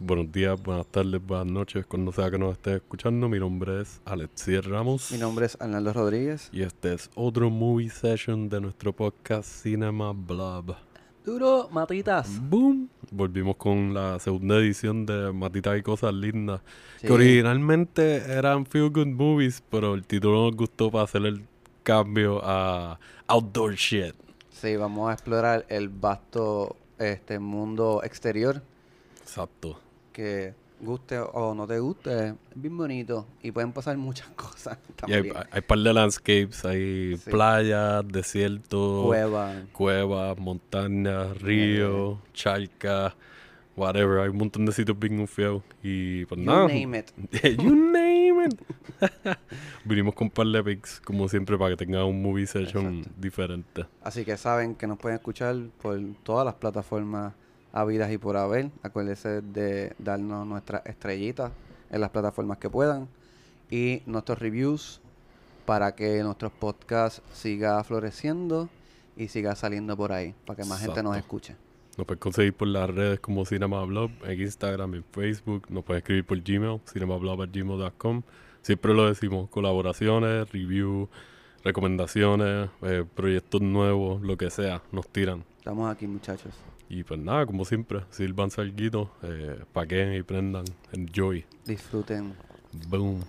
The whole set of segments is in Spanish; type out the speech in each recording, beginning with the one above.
buenos días, buenas tardes, buenas noches, cuando sea que nos estés escuchando. Mi nombre es Alexier Ramos. Mi nombre es Arnaldo Rodríguez. Y este es otro movie session de nuestro podcast Cinema Blob. Duro, matitas. ¡Boom! Volvimos con la segunda edición de Matitas y Cosas Lindas. Sí. Que originalmente eran Feel Good Movies, pero el título nos gustó para hacer el cambio a Outdoor Shit. Sí, vamos a explorar el vasto mundo exterior. Exacto. Que guste o no te guste, es bien bonito. Y pueden pasar muchas cosas Y hay también. un par de landscapes, hay Sí. playas, desiertos, Cuevas. montañas, ríos, charcas, whatever. Hay un montón de sitios bien feos. Y pues You nada. name it. You name it. Vinimos con un par de pics, como siempre, para que tengan un movie session Exacto. diferente. Así que saben que nos pueden escuchar por todas las plataformas habidas y por haber. Acuérdense de darnos nuestras estrellitas en las plataformas que puedan. Y nuestros reviews para que nuestros podcasts siga floreciendo y siga saliendo por ahí. Para que más gente nos Exacto. escuche. Nos puedes conseguir por las redes como Cinema Blog, en Instagram, en Facebook. Nos puedes escribir por Gmail, cinemablob@gmail.com. Siempre lo decimos, colaboraciones, reviews, recomendaciones, proyectos nuevos, lo que sea, nos tiran. Estamos aquí, muchachos. Y pues nada, como siempre, sírvanse alguito, paquen y prendan, enjoy. Disfruten. Boom.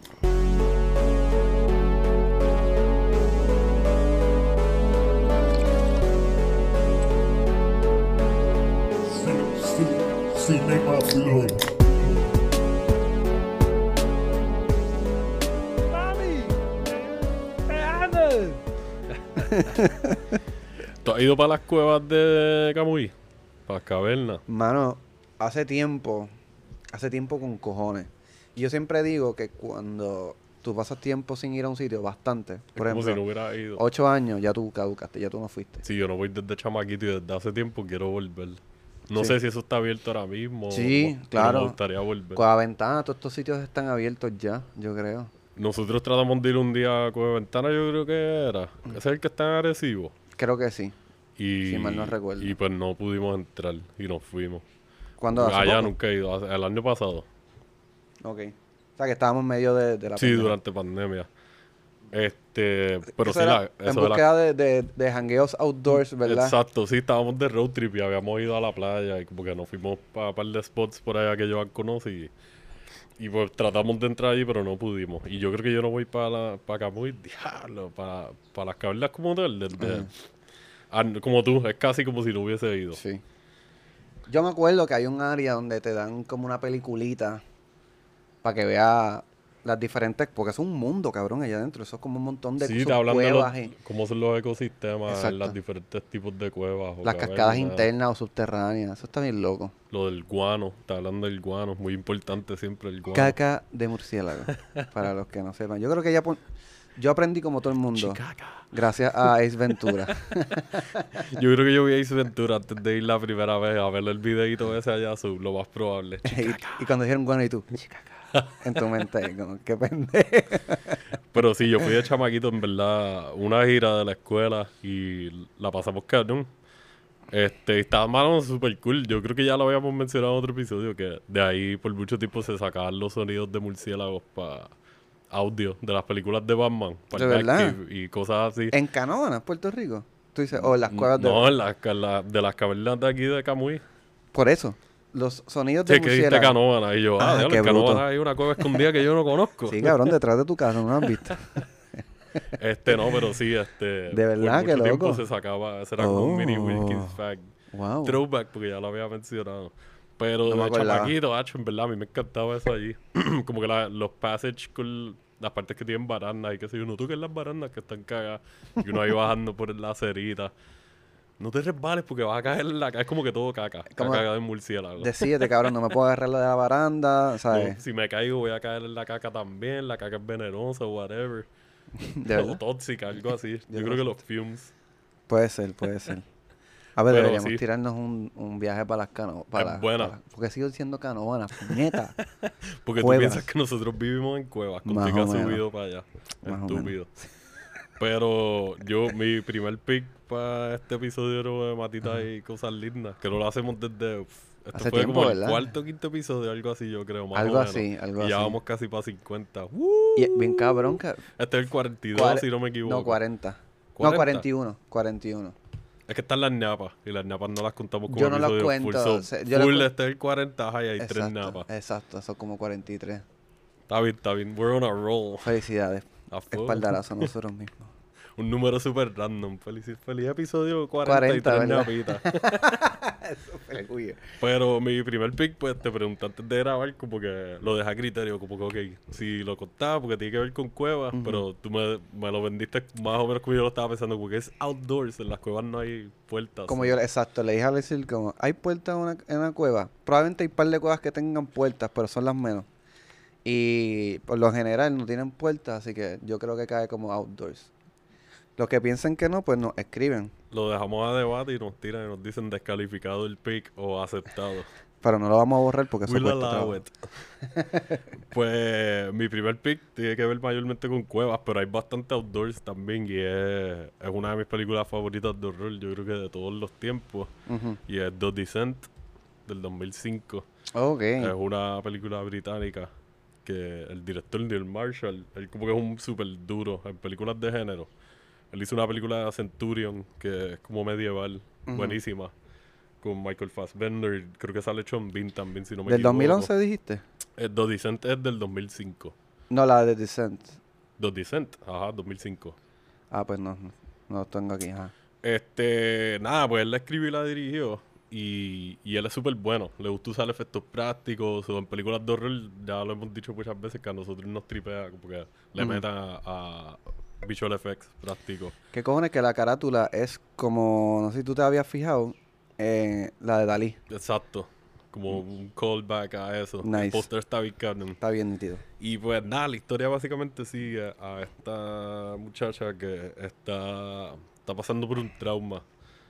Cinema Blog. ¿Tú has ido para las cuevas de Camuy? Para las cavernas. Mano, hace tiempo con cojones. Y yo siempre digo que cuando tú pasas tiempo sin ir a un sitio, bastante. Es Por como ejemplo, si no hubiera ido. 8 años, ya tú caducaste, ya tú no fuiste. Sí, yo no voy desde chamaquito y desde hace tiempo quiero volver. No Sí. sé si eso está abierto ahora mismo. Sí, pero claro. me gustaría volver. Con la ventana, todos estos sitios están abiertos ya, yo creo. Nosotros tratamos de ir un día a Cueva Ventana, yo creo que era. Ese es el que está en Arecibo. Creo que sí. Y, Si mal no recuerdo. Y pues no pudimos entrar y nos fuimos. ¿Cuándo? ¿Hace Allá poco? nunca he ido. El año pasado. Ok. O sea, que estábamos en medio de la Sí, pandemia. durante pandemia. Pero Eso sí, era en eso de la... búsqueda de jangueos outdoors, ¿verdad? Exacto, sí, estábamos de road trip y habíamos ido a la playa y como que nos fuimos para un par de spots por allá que yo conocí y pues tratamos de entrar ahí pero no pudimos. Y yo creo que yo no voy para Camuy, diablo, para las cavernas como tal, desde... como tú, es casi como si no hubiese ido. Sí. Yo me acuerdo que hay un área donde te dan como una peliculita para que veas las diferentes... Porque es un mundo, cabrón, allá adentro. Eso es como un montón de Sí, te hablan de cuevas y cómo son los ecosistemas, Exacto. los diferentes tipos de cuevas. o las cascadas cavernas. internas o subterráneas. Eso está bien loco. Lo del guano, te hablan del guano, muy importante siempre el guano. Caca de murciélago, para los que no sepan. Yo creo que yo aprendí como todo el mundo. Chicaca. Gracias a Ace Ventura. Yo creo que yo vi Ace Ventura antes de ir la primera vez a ver el videito ese allá, lo más probable. y cuando dijeron guano y tú, en tu mente, como, qué pendejo. Pero sí, yo fui de chamaquito, en verdad, una gira de la escuela y la pasamos cabrón. Estaba mano súper cool. Yo creo que ya lo habíamos mencionado en otro episodio, que de ahí por mucho tiempo se sacaban los sonidos de murciélagos para audio de las películas de Batman. ¿De verdad? Y cosas así. En Canóvanas, Puerto Rico. Tú dices, o en las cuevas No, en de las cavernas de aquí de Camuy. Por eso, los sonidos Sí, de que dijiste murciélago. Canóvana. Y yo, Ah, diablo, qué en bruto. Canóvana hay una cueva escondida que yo no conozco. Sí, cabrón, detrás de tu casa, ¿no lo has visto? No, pero sí, De verdad, por qué mucho tiempo loco. se sacaba, ese era como un mini Oh. Wilkins fact. Wow. Throwback, porque ya lo había mencionado. Pero No me de acordaba. chamaquito, hacho, en verdad, a mí me encantaba eso allí. Como que los passages con las partes que tienen barandas y qué sé yo, no toques las barandas que están cagadas. Y uno ahí bajando por la acerita. No te resbales porque vas a caer en la... Es como que todo caca. Está Como- cagado en murciélago. Decídete, cabrón, no me puedo agarrar la de la baranda, ¿sabes? No, si me caigo voy a caer en la caca también. La caca es venenosa o whatever. De O verdad. tóxica, algo así. Yo Yo creo no que los fumes... Puede ser, puede ser. A ver, Pero deberíamos sí. tirarnos un viaje para las canoas. Es buena. Porque sigo diciendo canoanas, puñeta. Porque Cuevas. tú piensas que nosotros vivimos en cuevas. Con Más que o has menos. subido para allá. Más o Estúpido. Pero mi primer pick para este episodio era de Matitas y Cosas Lindas. Que no lo hacemos desde Esto Hace fue tiempo, como el ¿verdad? cuarto o quinto episodio, algo así, yo creo, más Algo o menos. así, algo Y ya así. vamos casi para 50. Y bien cabrón que... Este es el 42, si no me equivoco. No, 40. No, 40. 41. Es que están las napas, y las napas no las contamos como Yo no las episodios full. cuento. So, Yo las full, cu- este es el 40, ajá, y hay 3 napas. Exacto, son como 43. Está bien. We're on a roll. Felicidades. A fuego. Espaldarazo a nosotros mismos. Un número súper random. Feliz episodio 40, 43 ¿verdad? napitas. Eso fue cuyo. Pero mi primer pick, pues te pregunté antes de grabar, como que lo dejé a criterio, como que, ok, si lo contaba, porque tiene que ver con cuevas, pero tú me lo vendiste más o menos como yo lo estaba pensando, porque es outdoors, en las cuevas no hay puertas. Como ¿sí? yo, exacto, le dije a decir como, ¿hay puertas en una cueva? Probablemente hay un par de cuevas que tengan puertas, pero son las menos. Y por lo general no tienen puertas, así que yo creo que cae como outdoors. Los que piensen que no, pues nos escriben. Lo dejamos a debate y nos tiran y nos dicen descalificado el pick o aceptado. Pero no lo vamos a borrar porque eso We'll cuesta allow trabajo. it. Pues mi primer pick tiene que ver mayormente con cuevas, pero hay bastante outdoors también y es una de mis películas favoritas de horror, yo creo que de todos los tiempos. Ujú. Y es The Descent del 2005. Ok. Es una película británica que el director Neil Marshall, él como que es un súper duro en películas de género. Él hizo una película de Centurion que es como medieval, Ujú. buenísima, con Michael Fassbender. Creo que sale Sean Bean también, si no me ¿Del equivoco. 2011 dijiste? The Descent es del 2005. No, la de Descent. The Descent, ajá, 2005. Ah, pues no lo tengo aquí. Ajá. Nada, pues él la escribió y la dirigió. Y él es súper bueno. Le gusta usar efectos prácticos. O en películas de horror, ya lo hemos dicho muchas veces, que a nosotros nos tripea porque le Ujú. metan a visual effects prácticos. ¿Qué cojones que la carátula es como, no sé si tú te habías fijado, la de Dalí? Exacto. Como un callback a eso. El Nice. póster está bien cabrón. Está bien nítido. Y pues nada, la historia básicamente sigue a esta muchacha que está pasando por un trauma.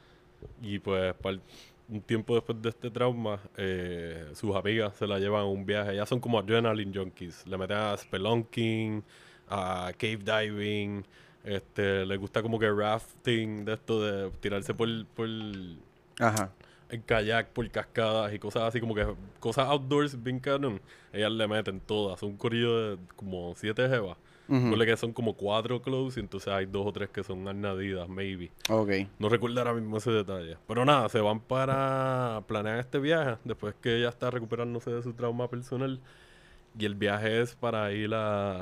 Y pues un tiempo después de este trauma, sus amigas se la llevan a un viaje. Ellas son como adrenaline junkies. Le meten a spelunking, a cave diving. Le gusta como que rafting, de esto de tirarse por Ajá. en kayak, por cascadas y cosas así, como que cosas outdoors bien canon. Ellas le meten todas. Son un corillo de como 7 jevas. Ujú. Ponle que son como 4 close y entonces hay 2 o 3 que son añadidas, maybe. Ok. No recuerdo ahora mismo ese detalle. Pero nada, se van para planear este viaje después que ella está recuperándose de su trauma personal. Y el viaje es para ir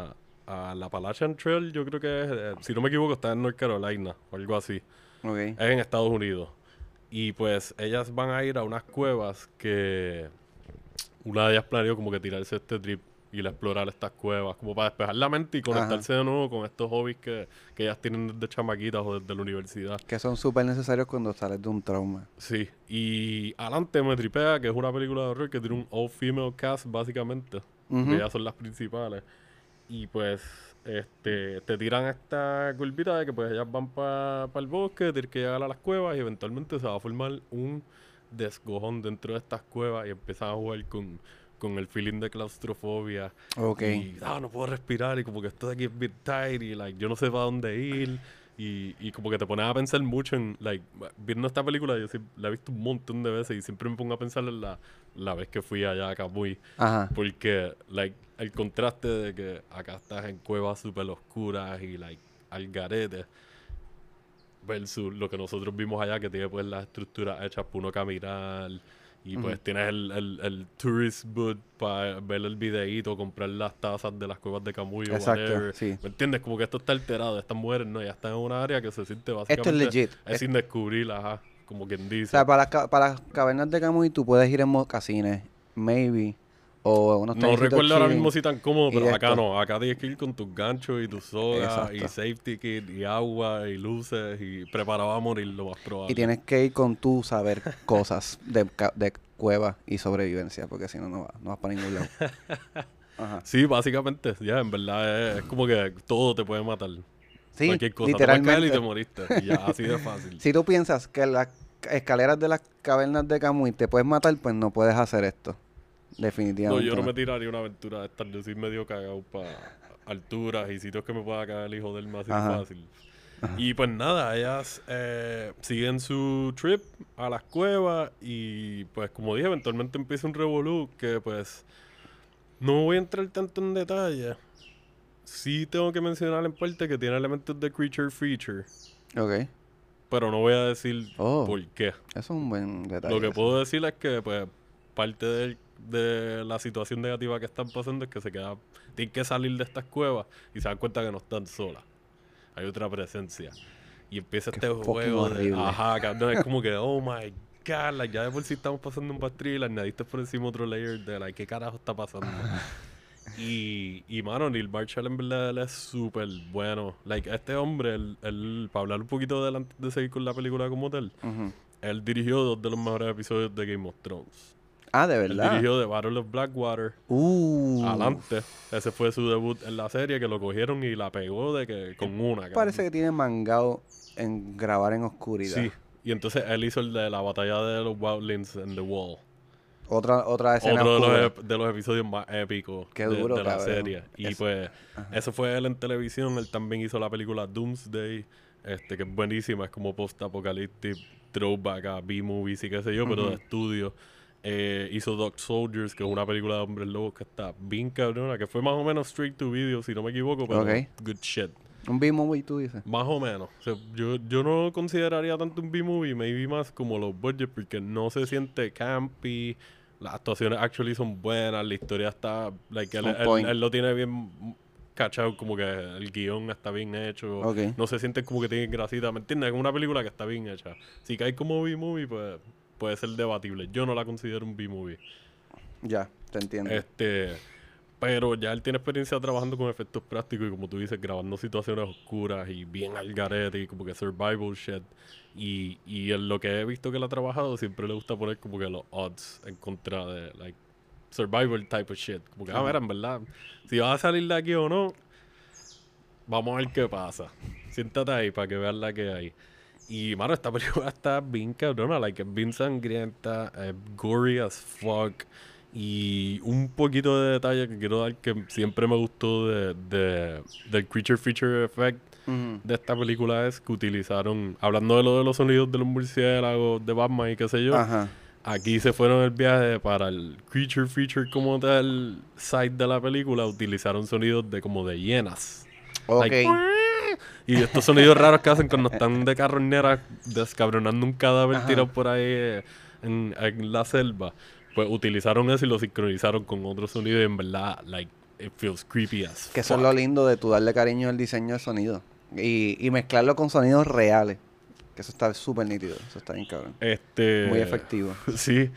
a la Appalachian Trail, yo creo que es, si no me equivoco, está en North Carolina o algo así. Ok. Es en Estados Unidos. Y pues ellas van a ir a unas cuevas que una de ellas planeó como que tirarse este trip y ir a explorar estas cuevas, como para despejar la mente y conectarse de nuevo con estos hobbies que ellas tienen desde chamaquitas o desde la universidad. Que son súper necesarios cuando sales de un trauma. Sí, y adelante me tripea, que es una película de horror que tiene un all-female cast, básicamente. Ujú. Que ellas son las principales. Y pues, te tiran esta curvita de que pues ellas van para el bosque, tienen que llegar a las cuevas y eventualmente se va a formar un desgojón dentro de estas cuevas y empiezan a jugar con el feeling de claustrofobia. Ok. Y, no puedo respirar y como que esto de aquí es bit tight y like, yo no sé para dónde ir. Y como que te pones a pensar mucho en, like, viendo esta película, yo sí la he visto un montón de veces y siempre me pongo a pensar en la vez que fui allá a Camuy. Ajá. Porque, like, el contraste de que acá estás en cuevas súper oscuras y, like, al garete, versus lo que nosotros vimos allá, que tiene, pues, las estructuras hechas para uno caminar. Y, pues, Ujú. tienes el tourist boot para ver el videíto, comprar las tazas de las cuevas de Camuy o Exacto, whatever. sí. ¿Me entiendes? Como que esto está alterado. Estas mujeres, ¿no? Ya están en una área que se siente Esto es básicamente... legit. Es sin descubrir, ajá. Como quien O dice. sea, para las cavernas de Camuy tú puedes ir en mocasines, maybe. O unos No tenisitos recuerdo ahora chilling. mismo si tan cómodo, y pero acá esto. no. Acá tienes que ir con tus ganchos y tus sogas y Exacto. safety kit y agua y luces y preparado a morir lo más probable. Y tienes que ir con tu saber cosas de cueva y sobrevivencia, porque si no, no vas para ningún lado. Ajá. Sí, básicamente, ya, en verdad es como que todo te puede matar. Sí, Cualquier cosa. Te puedes caer y te literalmente. moriste. Y ya, así de fácil. Si tú piensas que las escaleras de las cavernas de Camuy te puedes matar, pues no puedes hacer esto. No, Definitivamente. yo no no. me tiraría una aventura de estar. Yo soy medio cagado para alturas y sitios que me pueda caer el hijo del más Ajá. fácil. Y pues nada, ellas siguen su trip a las cuevas y pues como dije, eventualmente empieza un revolú que pues no voy a entrar tanto en detalle. Sí tengo que mencionar en parte que tiene elementos de creature feature, Ok. pero no voy a decir Oh, por qué. eso es un buen detalle. Lo que eso. puedo decir es que pues parte de la situación negativa que están pasando es que tienen que salir de estas cuevas y se dan cuenta que no están solas. Hay otra presencia. Y empieza Qué este fucking juego de... horrible. Ajá, cabrón, es como que, oh my God, like, ya de por sí estamos pasando un bad trip, le añadiste por encima otro layer de, like, ¿qué carajo está pasando? Y mano, Neil Marshall en verdad él es súper bueno. Like, este hombre, para hablar un poquito adelante de seguir con la película como tal, Ujú. él dirigió 2 de los mejores episodios de Game of Thrones. Ah, ¿de Él verdad? dirigió The Battle of Blackwater. Adelante. Ese fue su debut en la serie, que lo cogieron y la pegó de que con una. Parece cabrón. que tiene mangado en grabar en oscuridad. Sí. Y entonces él hizo el de la batalla de los Wildlings en The Wall. Otra escena Otro oscura. de los episodios más épicos Qué duro, de la cabrón. serie. Y pues, eso fue él en televisión. Él también hizo la película Doomsday, que es buenísima. Es como post-apocalyptic, throwback a B-movies y qué sé yo, pero de estudio. Hizo Dog Soldiers, que es una película de hombres lobos que está bien cabrona, que fue más o menos straight to video, si no me equivoco, pero Ok. good shit. Un B-movie, tú dices. Más o menos. O sea, yo no consideraría tanto un B-movie, maybe más como los budgets, porque no se siente campy. Las actuaciones actually son buenas, la historia está... Like, On point. él lo tiene bien cachado, como que el guión está bien hecho. Ok. No se siente como que tiene grasita, ¿me entiendes? Es una película que está bien hecha. Si cae como B-movie, pues puede ser debatible. Yo no la considero un B-movie. Ya, te entiendo. Pero ya él tiene experiencia trabajando con efectos prácticos y como tú dices, grabando situaciones oscuras y bien al garete y como que survival shit. Y en lo que he visto que él ha trabajado, siempre le gusta poner como que los odds en contra de, like, survival type of shit. Como que, mira, en verdad, si vas a salir de aquí o no, vamos a ver qué pasa. Siéntate ahí para que veas la que hay. Y, mano, esta película está bien cabrona, like, es bien sangrienta, es gory as fuck. Y un poquito de detalle que quiero dar que siempre me gustó del Creature Feature Effect Ujú. de esta película es que utilizaron, hablando de lo de los sonidos de los murciélagos, de Batman y qué sé yo, Ajá. aquí se fueron el viaje para el Creature Feature como tal side de la película, utilizaron sonidos de como de hienas. Ok. Like, y estos sonidos raros que hacen cuando están de carroñera descabronando un cadáver Ajá. tirado por ahí en la selva. Pues utilizaron eso y lo sincronizaron con otro sonido y en verdad, like, it feels creepy as Que eso es fuck. lo lindo de tu darle cariño al diseño de sonido. Y mezclarlo con sonidos reales. Que eso está súper nítido. Eso está bien cabrón. Muy efectivo. Sí,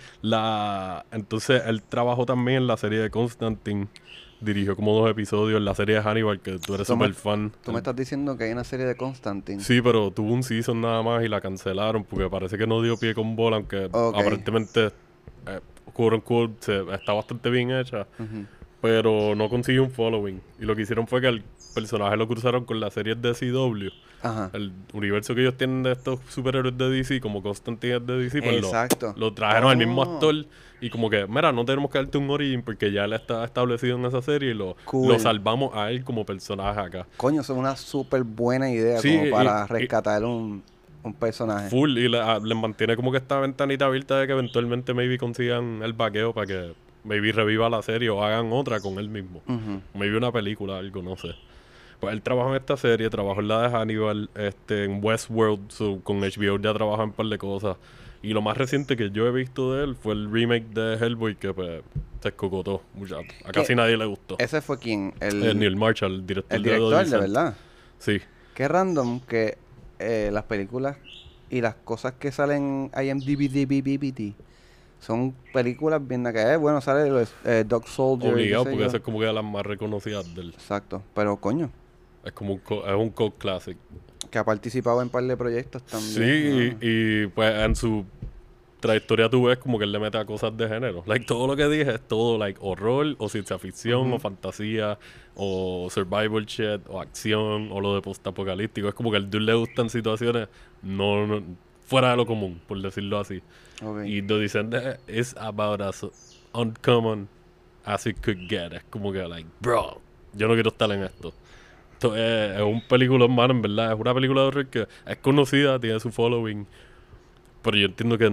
entonces él trabajó también en la serie de Constantine. Dirigió como 2 episodios en la serie de Hannibal, que tú eres Tú me- súper fan. Tú me estás diciendo que hay una serie de Constantine. Sí, pero tuvo un season nada más y la cancelaron porque parece que no dio pie con bola, aunque Ok. aparentemente, quote unquote, está bastante bien hecha, Ujú. pero no consiguió un following. Y lo que hicieron fue que el personaje lo cruzaron con la serie de CW. Ajá. El universo que ellos tienen de estos superhéroes de DC, como Constantine es de DC, pues Exacto. lo trajeron al mismo Oh. actor. Y como que, mira, no tenemos que darte un origin porque ya él está establecido en esa serie y Cool. lo salvamos a él como personaje acá. Coño, eso es una súper buena idea Sí, como para y- rescatar un personaje. Full, y le mantiene como que esta ventanita abierta de que eventualmente maybe consigan el vaqueo para que maybe reviva la serie o hagan otra con él mismo. Ujú. Maybe una película, algo, no sé. Pues él trabajó en esta serie, trabajó en la de Hannibal, en Westworld, con HBO ya trabajó en un par de cosas. Y lo más reciente que yo he visto de él fue el remake de Hellboy que pues se escocotó. A casi nadie le gustó. Ese fue quien, Neil Marshall, el director el de director, de Descent. verdad. Sí. Qué random que las películas y las cosas que salen en IMDb son películas bien que bueno, sale Dog Soldier. Obligado, qué sé porque yo. esa es como que de las más reconocidas de él. Exacto. Pero coño, Es como es un cult classic. que ha participado en un par de proyectos también. Sí, ¿no? y pues en su trayectoria tú ves como que él le mete a cosas de género. Like, todo lo que dije es todo, like, horror, o ciencia ficción, o fantasía, o survival shit, o acción, o lo de post-apocalíptico. Es como que al dude le gustan situaciones no fuera de lo común, por decirlo así. Ok. Y The Descendant is about as uncommon as it could get. Es como que, like, bro, yo no quiero estar en esto. esto es un película, hermano, en verdad. Es una película de horror que es conocida, tiene su following. Pero yo entiendo que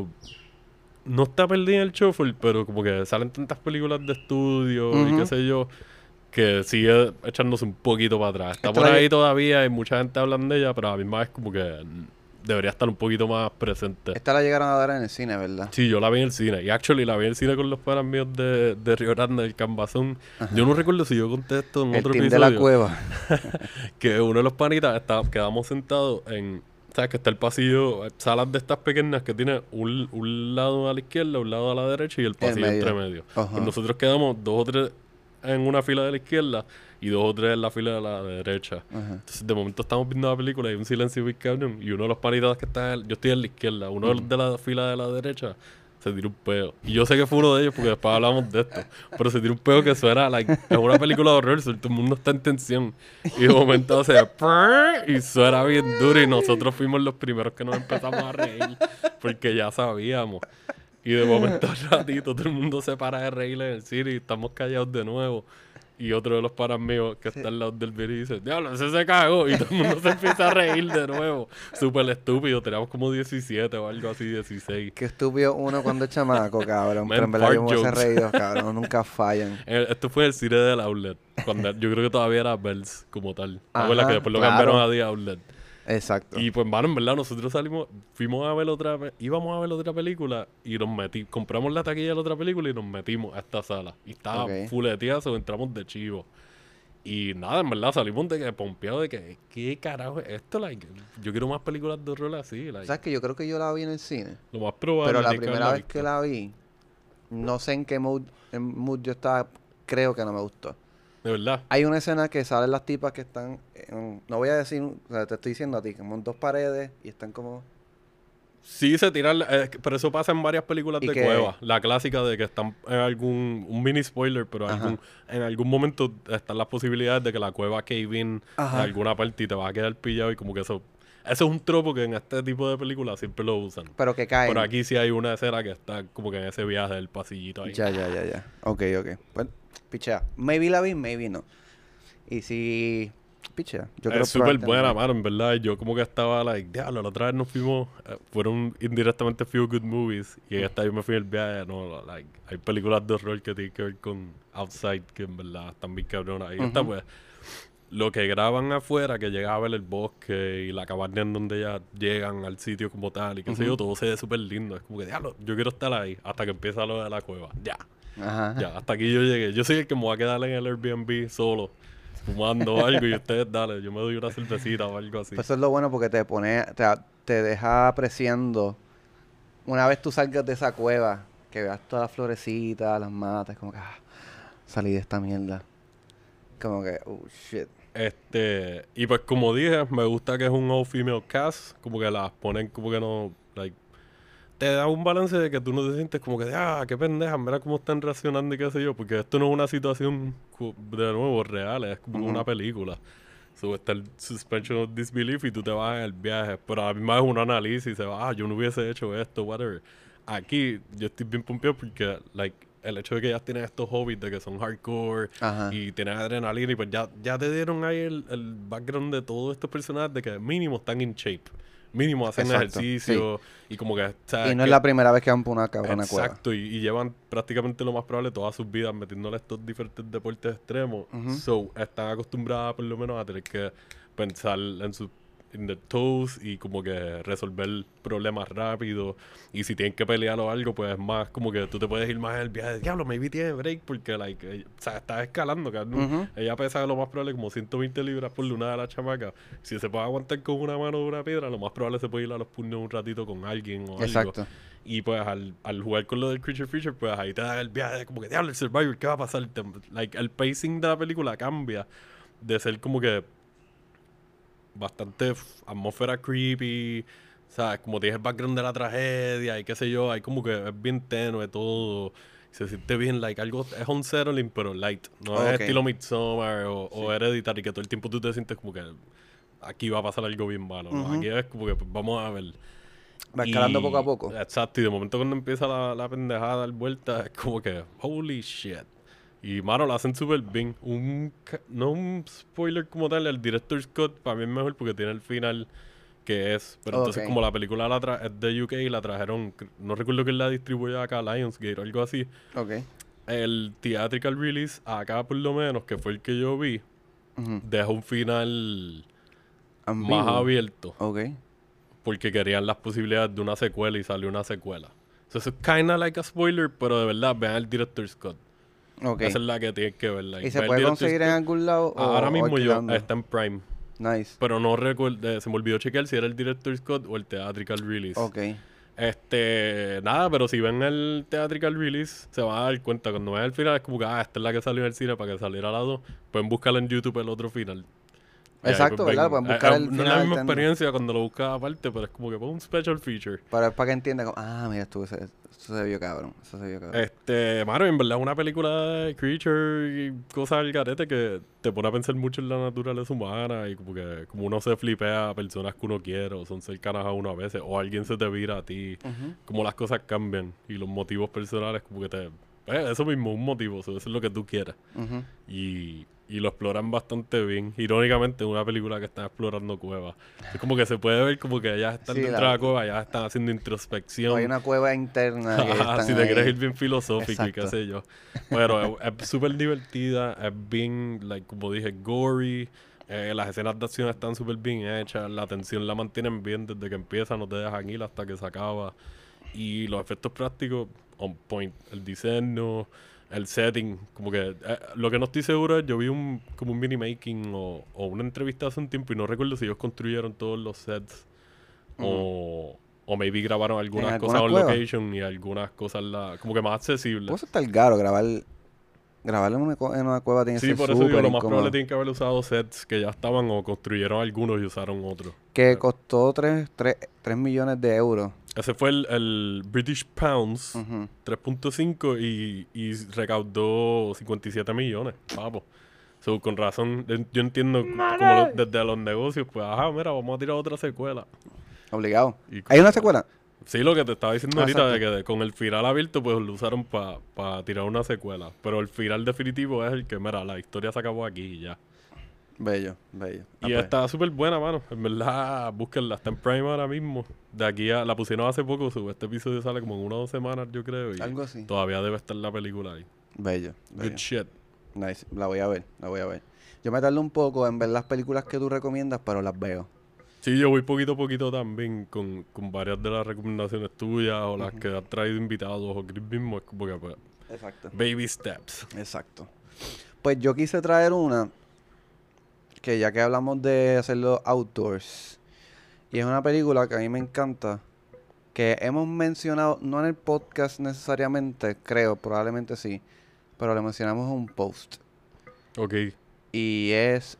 no está perdida en el shuffle, pero como que salen tantas películas de estudio y qué sé yo, que sigue echándose un poquito para atrás. Está por ahí todavía y mucha gente habla de ella, pero a mí más es como que debería estar un poquito más presente. Esta la llegaron a dar en el cine, ¿verdad? Sí, yo la vi en el cine. Y actually la vi en el cine con los panas míos de Río Grande, del Cambazón. Yo no recuerdo si yo conté esto en El otro team episodio. de la cueva. Que uno de los panitas quedamos sentados en... ¿Sabes? Que está el pasillo, salas de estas pequeñas que tiene un lado a la izquierda, un lado a la derecha y el pasillo entre medio. Pues nosotros quedamos 2 o 3 en una fila de la izquierda y 2 o 3 en la fila de la derecha. Entonces, de momento estamos viendo la película y hay un silencio muy cabrón. Y uno de los panitas que está... Yo estoy en la izquierda. Uno de los de la fila de la derecha se tiró un peo. Y yo sé que fue uno de ellos porque después hablamos de esto. Pero se tiró un peo que suena... es una película de horror. Todo el mundo está en tensión. Y de momento hace... y suena bien duro. Y nosotros fuimos los primeros que nos empezamos a reír. Porque ya sabíamos. Y de momento al ratito todo el mundo se para de reír en el cine y estamos callados de nuevo. Y otro de los panas míos que está al lado del video dice, diablo, ese se cagó. Y todo el mundo se empieza a reír de nuevo. Súper estúpido. Teníamos como 17 o algo así, 16. Qué estúpido uno cuando es chamaco, cabrón. Pero en verdad fart yo me hubiese jokes. reído, cabrón. Nunca fallan. Esto fue el cine del Outlet. Cuando yo creo que todavía era Bells como tal. Ajá, Abuela, que después lo claro. cambiaron a The Outlet. Exacto. Y pues, mano, en verdad, nosotros fuimos a ver íbamos a ver otra película y compramos la taquilla de la otra película y nos metimos a esta sala. Y estaba fuleteazo, entramos de chivo. Y nada, en verdad, salimos de que pompeados de que, ¿qué carajo es esto? Like, yo quiero más películas de horror así. Like, ¿Sabes que yo creo que yo la vi en el cine? lo más probable. Pero la es primera vez que la vi, no sé en qué mood yo estaba, creo que no me gustó. De verdad. Hay una escena que salen las tipas que están, no voy a decir, o sea, te estoy diciendo a ti, como en 2 paredes y están como... Sí, se tiran, pero eso pasa en varias películas ¿Y de qué? cueva. La clásica de que están en un mini spoiler, pero en algún momento están las posibilidades de que la cueva cave in en alguna parte y te va a quedar pillado y como que eso es un tropo que en este tipo de películas siempre lo usan. Pero que caen. Pero aquí sí hay una escena que está como que en ese viaje del pasillito ahí. Ya. Ok. Pues, pichea. Maybe la vi, maybe no. Y si... Pichea. Yo creo Es súper probablemente buena, no. mano, en verdad. Yo como que estaba like, diablo, la otra vez nos fuimos, fueron indirectamente Feel Good Movies. Y esta vez me fui el viaje, no, like, hay películas de horror que tienen que ver con Outside, que en verdad están bien cabronas. Y esta pues, lo que graban afuera, que llega a ver el bosque y la cabaña en donde ya llegan al sitio como tal y qué sé yo, todo se ve súper lindo. Es como que, diablo, yo quiero estar ahí hasta que empieza lo de la cueva. Ya, hasta aquí yo llegué. Yo soy el que me voy a quedar en el Airbnb solo, fumando algo y ustedes dale, yo me doy una cervecita o algo así. Pues eso es lo bueno porque te pone, te deja apreciando. Una vez tú salgas de esa cueva, que veas todas las florecitas, las matas, como que salí de esta mierda. Como que, oh shit. Y pues como dije, me gusta que es un all female cast, como que las ponen como que no, like, te da un balance de que tú no te sientes como que, qué pendeja, mira cómo están reaccionando y qué sé yo, porque esto no es una situación de nuevo real, es como una película. So, está el suspension of disbelief y tú te vas en el viaje, pero a mí más es un análisis, se va, yo no hubiese hecho esto, whatever. Aquí yo estoy bien pompeado porque, like, el hecho de que ya tienes estos hobbies de que son hardcore y tienes adrenalina y pues ya te dieron ahí el background de todos estos personajes de que mínimo están in shape. Mínimo hacen ejercicio y como que... Y no es la primera vez que van por una cabrona cueva. Exacto, y llevan prácticamente lo más probable toda sus vidas metiéndole estos diferentes deportes extremos. So, están acostumbradas por lo menos a tener que pensar en sus in the toes y como que resolver problemas rápido. Y si tienen que pelear o algo, pues más como que tú te puedes ir más en el viaje de diablo, maybe tiene break porque like, o sea, está escalando, cabrón. Ella pesa lo más probable como 120 libras por una de las chamacas. Si se puede aguantar con una mano de una piedra, lo más probable se puede ir a los puños un ratito con alguien o algo. Y pues al jugar con lo del Creature Feature, pues ahí te da el viaje de como que diablo, el Survivor, ¿qué va a pasar? Like, el pacing de la película cambia de ser como que bastante atmósfera creepy, ¿sabes? Como tienes el background de la tragedia y qué sé yo, hay como que es bien tenue todo, se siente bien, like, algo, es unsettling, pero light, no es estilo Midsommar o Hereditary, que todo el tiempo tú te sientes como que aquí va a pasar algo bien malo, ¿no? Aquí es como que pues, vamos a ver. Va escalando poco a poco. Exacto, y de momento cuando empieza la pendejada a dar vuelta, es como que, holy shit. Y, mano, lo hacen súper bien. No un spoiler como tal, el director Scott para mí es mejor porque tiene el final que es. Pero entonces, Ok. como la película es de UK y la trajeron, no recuerdo quién la distribuyó acá, Lionsgate o algo así. Ok. El theatrical release, acá por lo menos, que fue el que yo vi, Ujú. deja un final más Ambiguo. abierto. Ok. Porque querían las posibilidades de una secuela y salió una secuela. So, eso es kinda like a spoiler, pero de verdad, vean el director Scott. Ok. Esa es la que tienen que ver. Like, ¿Y se ve el puede director conseguir en Scott. algún lado Ahora o mismo alquilando? está en Prime. Nice. Pero no recuerdo, se me olvidó chequear si era el director Scott o el theatrical release. Ok. Nada, pero si ven el theatrical release, se van a dar cuenta. Cuando vean el final, es como que, esta es la que salió en el cine para que saliera a la 2. Pueden buscarla en YouTube el otro final. Y ahí, Exacto, pues, ¿verdad? ven, Pueden buscar el no es final la misma alterno. experiencia cuando lo buscas aparte, pero es como que un special feature. Para que entiendan como, mira, eso se vio cabrón. Eso se vio cabrón. Mano, en verdad es una película de creature y cosas al garete que te pone a pensar mucho en la naturaleza humana y como que como uno se flipea a personas que uno quiere o son cercanas a uno a veces o alguien se te vira a ti, Ujú. como las cosas cambian y los motivos personales como que eso mismo, un motivo, eso es lo que tú quieres. Ujú. Y lo exploran bastante bien. Irónicamente, una película que está explorando cuevas. Es como que se puede ver como que ellas están Sí, dentro de la cueva, ellas están haciendo O introspección. hay una cueva interna que Ajá, están si te quieres ahí. ir bien filosófico y qué Exacto. sé yo. Pero es súper divertida, es bien, like, como dije, gory. Las escenas de acción están súper bien hechas, la tensión la mantienen bien desde que empieza, no te dejan ir hasta que se acaba. Y los efectos prácticos, on point. El diseño, el setting, como que lo que no estoy seguro es, yo vi como un mini making o una entrevista hace un tiempo y no recuerdo si ellos construyeron todos los sets Ujú. o maybe grabaron En algunas cosas algunas on cuevas. location y algunas cosas como que más accesibles. Puede estar caro grabar en una cueva tiene que Sí, ser por eso digo, súper lo más probable incómodo. tienen que haber usado sets que ya estaban o construyeron algunos y usaron otros. Que costó 3 millones de euros. Ese fue el British Pounds, Ujú. 3.5 y recaudó 57 millones, papo. So, con razón, yo entiendo como desde los negocios, pues, mira, vamos a tirar otra secuela. Obligado. Y ¿Hay como una que- secuela? Sí, lo que te estaba diciendo Ah, ahorita, de exacto. que con el final abierto, pues lo usaron para tirar una secuela. Pero el final definitivo es el que, mira, la historia se acabó aquí y ya. Bello, bello. Y Pues. está súper buena, mano. En verdad, búsquenla. Está en Prime ahora mismo. De aquí la pusieron hace poco. Este episodio sale como en 1 o 2 semanas, yo creo. Y Algo así. todavía debe estar la película ahí. Bello, Good bello. shit. Nice. La voy a ver, la voy a ver. Yo me tardo un poco en ver las películas que tú recomiendas, pero las veo. Sí, yo voy poquito a poquito también con varias de las recomendaciones tuyas o las Ujú. que han traído invitados o Chris mismo. Es como que, pues, Exacto. baby steps. Exacto. Pues yo quise traer una que ya que hablamos de hacerlo outdoors, y es una película que a mí me encanta, que hemos mencionado, no en el podcast necesariamente, creo, probablemente sí, pero le mencionamos en un post. Ok. Y es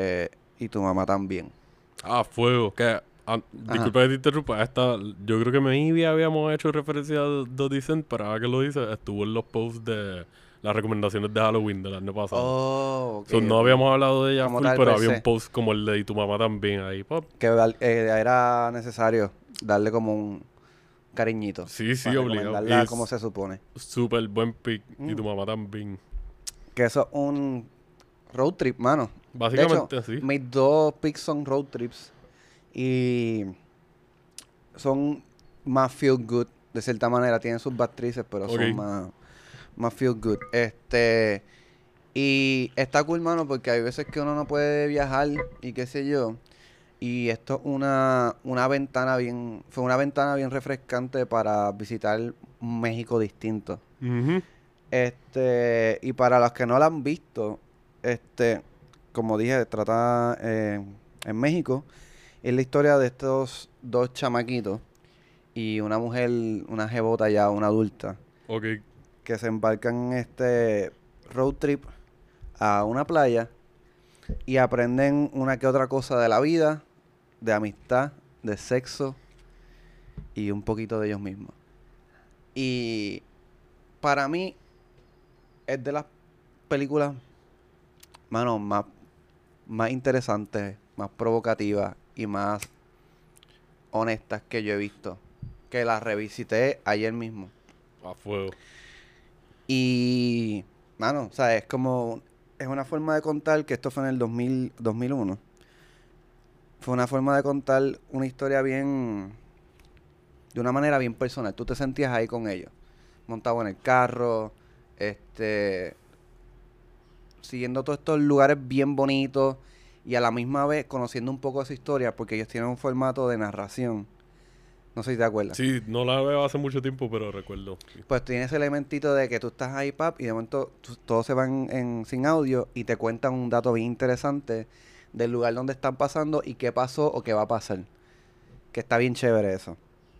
Y tu mamá también. Fuego. Ajá. Disculpa que te interrumpa. Yo creo que maybe habíamos hecho referencia a The Descent, pero ahora que lo dices, estuvo en los posts de las recomendaciones de Halloween del año pasado. Oh, ok, So, no ok. habíamos hablado de ella Como full, tal, pero per había un se. post como el de Y tu mamá también ahí. Pop. Que era necesario darle como un cariñito. Sí, sí, Para obligado. recomendarla Y como se supone. súper buen pick. Y Mm. tu mamá también. Que eso es un road trip, mano. De hecho, Básicamente, sí. mis dos picks son road trips. Y son más feel good, de cierta manera. Tienen sus batrices, pero Ok. son más feel good. Y está cool, mano, porque hay veces que uno no puede viajar y qué sé yo. Y esto es una ventana fue una ventana bien refrescante para visitar un México distinto. Ujú. Y para los que no la han visto, como dije, trata en México. Es la historia de estos dos chamaquitos y una mujer, una jebota ya, una adulta, Ok. que se embarcan en este road trip a una playa y aprenden una que otra cosa de la vida, de amistad, de sexo y un poquito de ellos mismos. Y para mí es de las películas, mano, más interesantes, más provocativas y más honestas que yo he visto. Que las revisité ayer mismo. A fuego. Y Mano, o sea, es como... Es una forma de contar que esto fue en el 2001. Fue una forma de contar una historia bien... De una manera bien personal. Tú te sentías ahí con ellos. Montado en el carro. Siguiendo todos estos lugares bien bonitos. Y a la misma vez conociendo un poco de su historia. Porque ellos tienen un formato de narración. No sé si te acuerdas. Sí, no la veo hace mucho tiempo, pero recuerdo. Sí. Pues tiene ese elementito de que tú estás ahí, pap, y de momento todos se van sin audio y te cuentan un dato bien interesante del lugar donde están pasando y qué pasó o qué va a pasar. Que está bien chévere eso.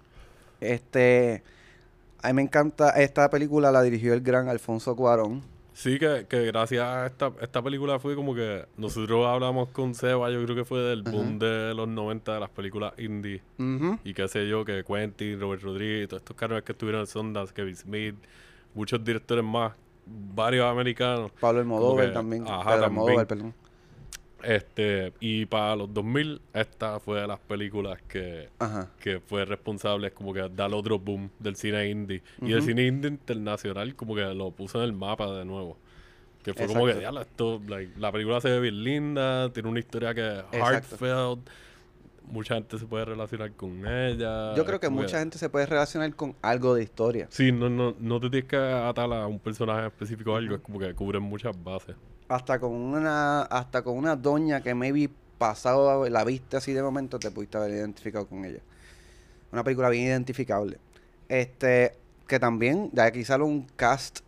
A mí me encanta, esta película la dirigió el gran Alfonso Cuarón. Sí, que gracias a esta película fue como que nosotros hablamos con Seba, yo creo que fue del boom de los 90 de las películas indie. Ujú. Y qué sé yo, que Quentin, Robert Rodríguez, todos estos caras que estuvieron en Sundance, Kevin Smith, muchos directores más, varios americanos. Pablo Como Almodóvar que, también. ajá, Pedro también. Almodóvar, perdón. Y para los 2000, esta fue de las películas Ajá. que fue responsable como que dar otro boom del cine indie. Y del Ujú. cine indie internacional como que lo puso en el mapa de nuevo. Que fue como que, Exacto. diablo, esto, la película se ve bien linda, tiene una historia que es Exacto. heartfelt, mucha gente se puede relacionar con ella. Yo creo es que como mucha gente se puede relacionar con algo de historia. Sí, no te tienes que atar a un personaje específico o algo, es como que cubren muchas bases. Hasta con una doña que maybe pasado la viste así de momento te pudiste haber identificado con ella. Una película bien identificable. Que también, de aquí sale un cast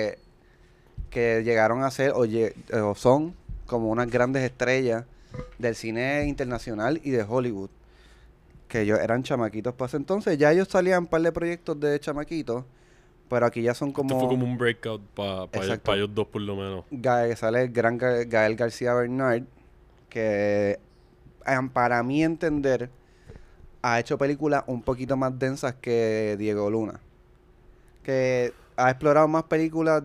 que llegaron a ser o son como unas grandes estrellas del cine internacional y de Hollywood. Que ellos eran chamaquitos para ese entonces. Ya ellos salían un par de proyectos de chamaquitos, pero aquí ya son Esto fue como un breakout para Exacto. ellos dos por lo menos. Sale el gran Gael García Bernal, que para mi entender ha hecho películas un poquito más densas que Diego Luna, que ha explorado más películas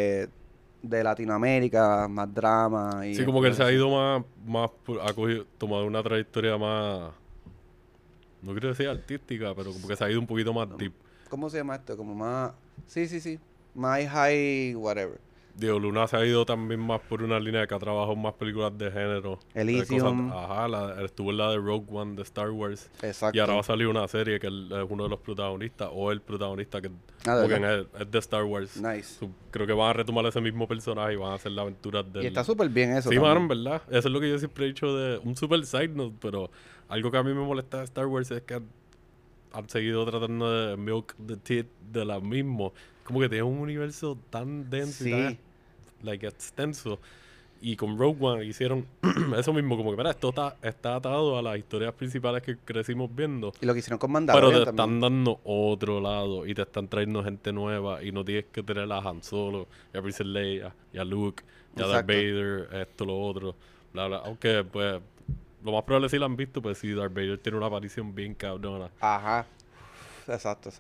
de Latinoamérica, más drama y Sí, como que él se ha exploración. ido ha tomado una trayectoria más, no quiero decir artística, pero como que se ha ido un poquito más deep. ¿Cómo se llama esto? Como más... Sí. Más high, whatever. Diego Luna se ha ido también más por una línea de que ha trabajado en más películas de género. Elysium. Estuvo en la de Rogue One de Star Wars. Exacto. Y ahora va a salir una serie que él es uno de los protagonistas, o el protagonista que Ah, ¿de como que verdad? es de Star Wars. Nice. Creo que van a retomar ese mismo personaje y van a hacer la aventura Y del... está súper bien eso Sí, también. mano, en verdad. Eso es lo que yo siempre he dicho de un super side note, pero algo que a mí me molesta de Star Wars es que han seguido tratando de milk the teeth de la mismo. Como que tiene un universo tan denso y tan Sí. extenso. Y con Rogue One hicieron eso mismo, como que, mira, esto está atado a las historias principales que crecimos viendo. Y lo que hicieron con Pero Mandalorian te también. están dando otro lado y te están trayendo gente nueva y no tienes que tener a Han Solo, y a Princess Leia, y a Luke, y a Darth Exacto. Vader, esto, lo otro, bla, bla. Aunque, pues, lo más probable si lo han visto, pues sí, Darth Vader tiene una aparición bien cabrona. Ajá. Exacto.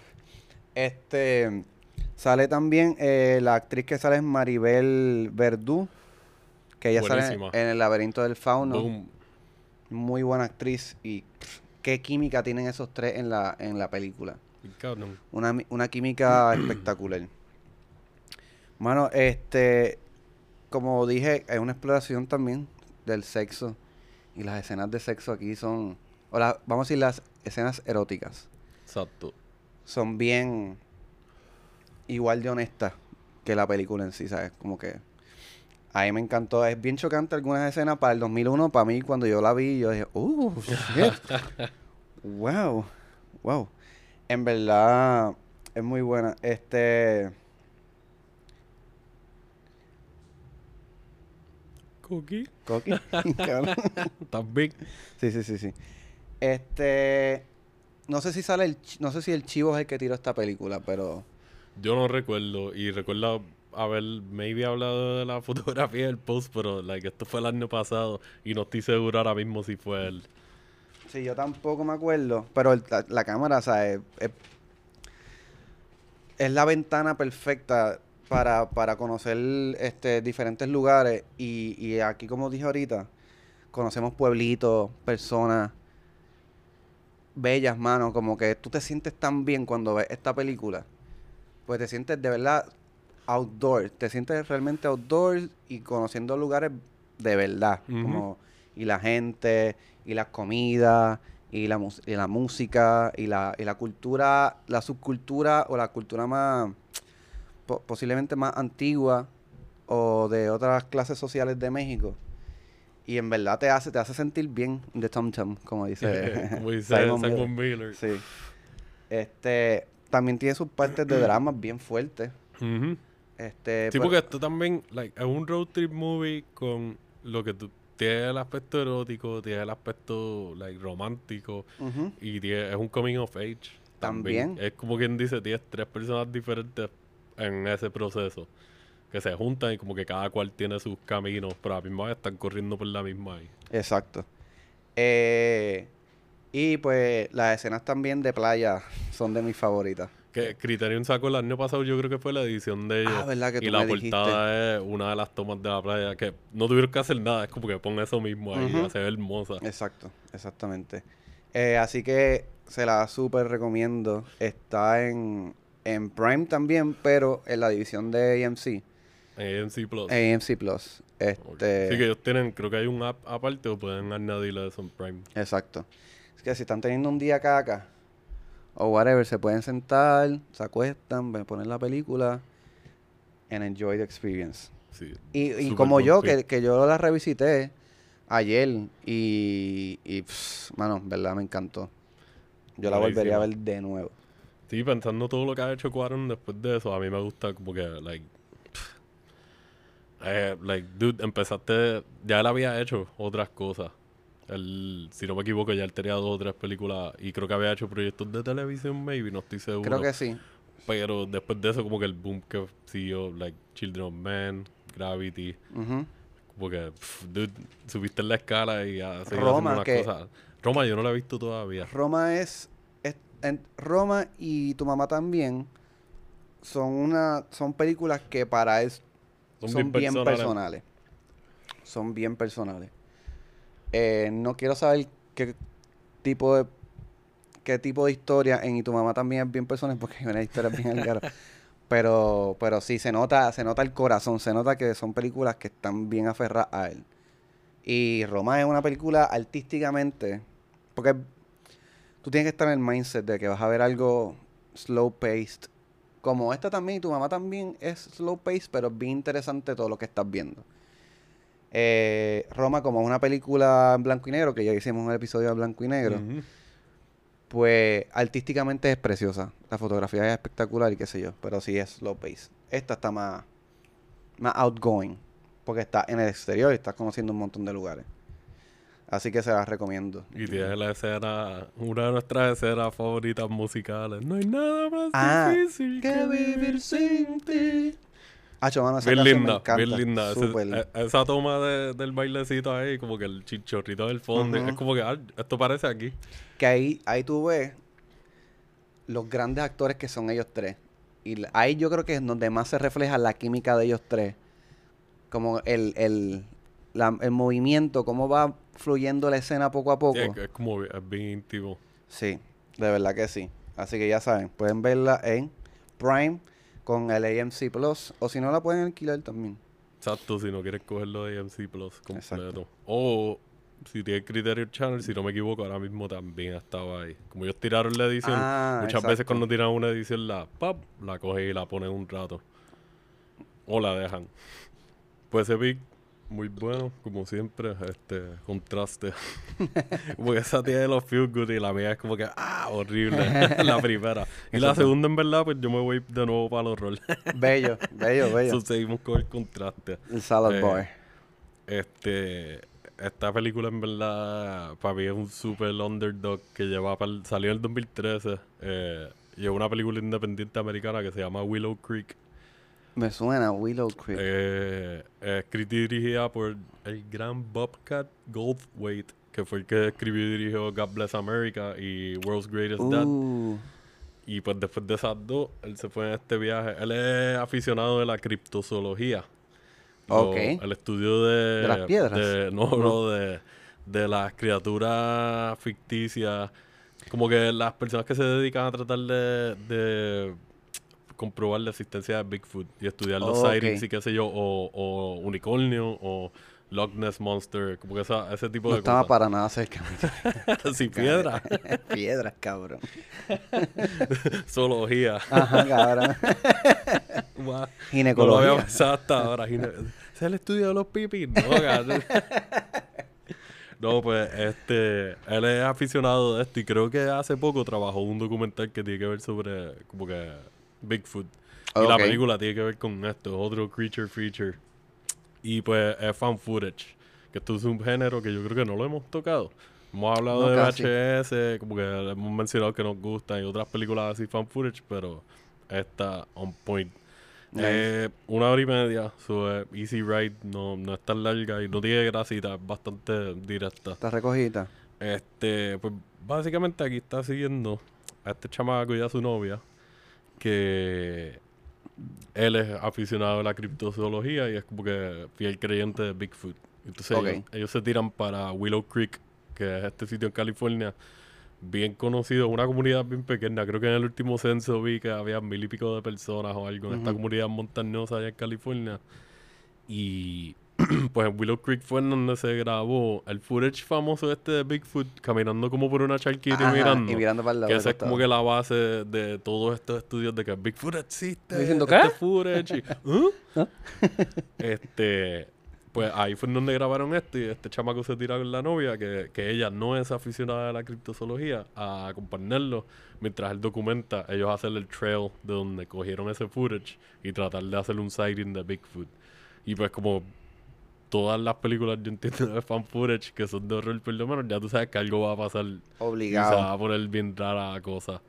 Sale también la actriz que sale es Maribel Verdú, que ella sale Buenísima. en El laberinto del fauno. Boom. Muy buena actriz y qué química tienen esos tres en la película. Bien cabrón. Una química espectacular. Mano, como dije, es una exploración también del sexo. Y las escenas de sexo aquí son, vamos a decir las escenas eróticas, Exacto. son bien igual de honestas que la película en sí, ¿sabes? Como que a mí me encantó. Es bien chocante algunas escenas para el 2001. Para mí, cuando yo la vi, yo dije, shit. Wow. En verdad, es muy buena. Cookie. Coqui. Cabrón. También. Sí. No sé si no sé si el Chivo es el que tiró esta película, pero Yo no recuerdo. Y recuerdo haber maybe hablado de la fotografía del post, pero esto fue el año pasado. Y no estoy seguro ahora mismo si fue él. sí, yo tampoco me acuerdo. Pero la cámara, o sea, es la ventana perfecta para conocer diferentes lugares. Y aquí, como dije ahorita, conocemos pueblitos, personas bellas, mano. Como que tú te sientes tan bien cuando ves esta película. Pues te sientes de verdad outdoor. Te sientes realmente outdoor y conociendo lugares de verdad. Ujú. Como, y la gente, y las comidas, y y la música, y la cultura, la subcultura o la cultura más, posiblemente más antigua o de otras clases sociales de México. Y en verdad te hace sentir bien de Tom Tom, como dice Como dice Simon Miller. Simon Miller. Sí. También tiene sus partes de dramas bien fuertes. Ujú. Sí, Pero- porque esto también, like, es un road trip movie con lo que tú... Tiene el aspecto erótico, tiene el aspecto, like, romántico, Ujú. y es un coming of age también. También. Es como quien dice, tienes tres personas diferentes en ese proceso, que se juntan y como que cada cual tiene sus caminos, pero a la misma vez están corriendo por la misma ahí. Exacto. Y pues las escenas también de playa son de mis favoritas. Que Criterion sacó el año pasado, yo creo que fue la edición de ellos. Verdad que Y tú la me dijiste. portada es una de las tomas de la playa que no tuvieron que hacer nada, es como que pon eso mismo ahí, Ujú. se ve hermosa. Exacto, exactamente. Así que se la súper recomiendo. Está en Prime también, pero en la división de AMC. En AMC Plus. AMC Plus. Ok. Sí que ellos tienen, creo que hay un app aparte o pueden añadirle eso en Prime. Exacto. Es que si están teniendo un día caca o whatever, se pueden sentar, se acuestan, poner la película and enjoy the experience. Sí. Y Súper como buen yo, pick. que yo la revisité ayer mano, en verdad me encantó. Yo la volvería a ver Buenísima. de nuevo. Sí, pensando todo lo que ha hecho Cuarón después de eso, a mí me gusta como que, dude, empezaste, ya él había hecho otras cosas. Él, si no me equivoco, ya él tenía 2 o 3 películas y creo que había hecho proyectos de televisión, maybe, no estoy seguro. Creo que sí. Pero después de eso, como que el boom que siguió, Children of Men, Gravity, Ujú. como que, dude, subiste en la escala y ya seguís haciendo Roma, unas que cosas. Roma yo no la he visto todavía. Roma Roma y Tu mamá también son películas que para él son bien personales. Son bien personales. No quiero saber tipo de qué tipo de historia en Y tu mamá también es bien personal porque hay una historia bien algara. Pero sí se nota el corazón, se nota que son películas que están bien aferradas a él. Y Roma es una película artísticamente, porque tú tienes que estar en el mindset de que vas a ver algo slow paced. Como esta también, y tu mamá también es slow paced, pero es bien interesante todo lo que estás viendo. Roma, como es una película en blanco y negro, que ya hicimos un episodio de blanco y negro, Ujú. pues artísticamente es preciosa. La fotografía es espectacular y qué sé yo, pero sí es slow pace. Esta está más outgoing, porque está en el exterior y estás conociendo un montón de lugares. Así que se las recomiendo. Y tiene la escena, una de nuestras escenas favoritas musicales. No hay nada más Ah, difícil que vivir sin ti. Mano, esa Bien canción me linda, encanta. bien linda. Súper. Esa toma del bailecito ahí, como que el chichorrito del fondo. Ujú. Es como que, esto parece aquí. Que ahí tú ves los grandes actores que son ellos tres. Y ahí yo creo que es donde más se refleja la química de ellos tres. Como el movimiento, cómo va fluyendo la escena poco a poco. Sí, es como, es bien íntimo. Sí, de verdad que sí. Así que ya saben, pueden verla en Prime con el AMC Plus. O si no, la pueden alquilar también. Exacto, si no quieres cogerlo de AMC Plus completo. Exacto. O si tienes Criterion Channel, si no me equivoco, ahora mismo también estaba ahí. Como ellos tiraron la edición, muchas veces Exacto. cuando tiran una edición la cogen y la ponen un rato. O la dejan. Pues ese pick, muy bueno, como siempre, contraste. Como que esa tiene los feel good y la mía es como que, horrible, la primera. Y la Exacto. segunda, en verdad, pues yo me voy de nuevo para los roles. Bello, bello, bello. Eso seguimos con el contraste. El Salad Eh, Boy. Esta película en verdad para mí es un super underdog que salió en el 2013 y es una película independiente americana que se llama Willow Creek. Me suena Willow Creek. Escrita y dirigida por el gran Bobcat Goldthwait, que fue el que escribió y dirigió God Bless America y World's Greatest Dad. Y pues después de esas dos, él se fue en este viaje. Él es aficionado de la criptozoología. Ok. El estudio de... ¿De las piedras? De las criaturas ficticias. Como que las personas que se dedican a tratar de comprobar la existencia de Bigfoot y estudiar los Ok. sightings y qué sé yo, o unicornio, o Loch Ness Monster, como que ese tipo No de estaba cosas. para nada cerca. Sin piedra. Piedras, cabrón. Zoología. Ajá, cabrón. No lo había Ginecología. pensado hasta ahora. ¿Es el estudio de los pipis? No, cabrón. No, pues, él es aficionado de esto y creo que hace poco trabajó un documental que tiene que ver sobre, como que, Bigfoot. Y la Ok. película tiene que ver con esto, otro creature feature. Y pues, es fan footage, que esto es un género que yo creo que no lo hemos tocado. Hemos hablado No, de casi. VHS, como que hemos mencionado que nos gustan y otras películas así fan footage, pero esta on point. Nice. 1 hora y media, so, easy ride, no es tan larga y no tiene grasita, es bastante directa. Está recogida. Pues básicamente aquí está siguiendo a este chamaco y a su novia, que él es aficionado a la criptozoología y es como que fiel creyente de Bigfoot. Entonces Ok. ellos se tiran para Willow Creek, que es este sitio en California, bien conocido, una comunidad bien pequeña. Creo que en el último censo vi que había 1000 y pico de personas o algo en esta Ujú. comunidad montañosa allá en California. Y pues en Willow Creek fue en donde se grabó el footage famoso de Bigfoot caminando como por una charquita y Ajá, mirando. y mirando para el lado Que del esa es como costado. que la base de todos estos estudios de que Bigfoot existe. Diciendo, este ¿qué? footage. Y, ¿ah? Pues ahí fue en donde grabaron esto y este chamaco se tira con la novia, que ella no es aficionada a la criptozoología, a acompañarlo mientras él documenta, ellos hacen el trail de donde cogieron ese footage y tratar de hacer un sighting de Bigfoot. Y pues como todas las películas, yo entiendo, de fan footage que son de horror por lo menos, ya tú sabes que algo va a pasar y se Obligado. va a poner bien rara la cosa.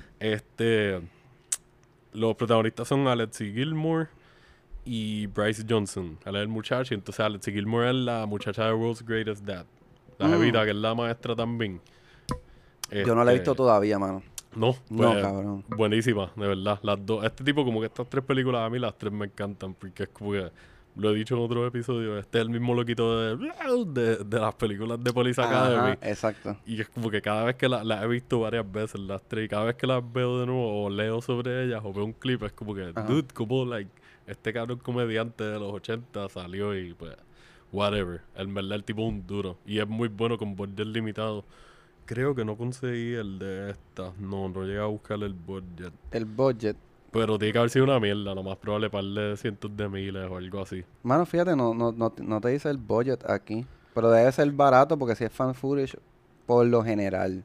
Los protagonistas son Alexi Gilmore y Bryce Johnson. Él es el muchacho, y entonces Alexi Gilmore es la muchacha de World's Greatest Dad. La jevita, que es la maestra también. Yo no la he visto todavía, mano. No, No, pues, cabrón. buenísima, de verdad. Las dos, este tipo, como que estas 3 películas a mí las 3 me encantan, porque es como que, lo he dicho en otros episodios, este es el mismo loquito de las películas de Police Academy. Ajá, exacto. Y es como que cada vez que las he visto varias veces, las 3, y cada vez que las veo de nuevo o leo sobre ellas o veo un clip, es como que, Ajá. dude, como, like, este cabrón comediante de los 80 salió y pues, whatever. En verdad el tipo es un duro. Y es muy bueno con budget limitado. Creo que no conseguí el de esta. No llegué a buscar el budget. El budget. Pero tiene que haber sido una mierda, lo más probable, par de cientos de miles o algo así. Mano, fíjate, no te dice el budget aquí. Pero debe ser barato porque si es fan footage, por lo general,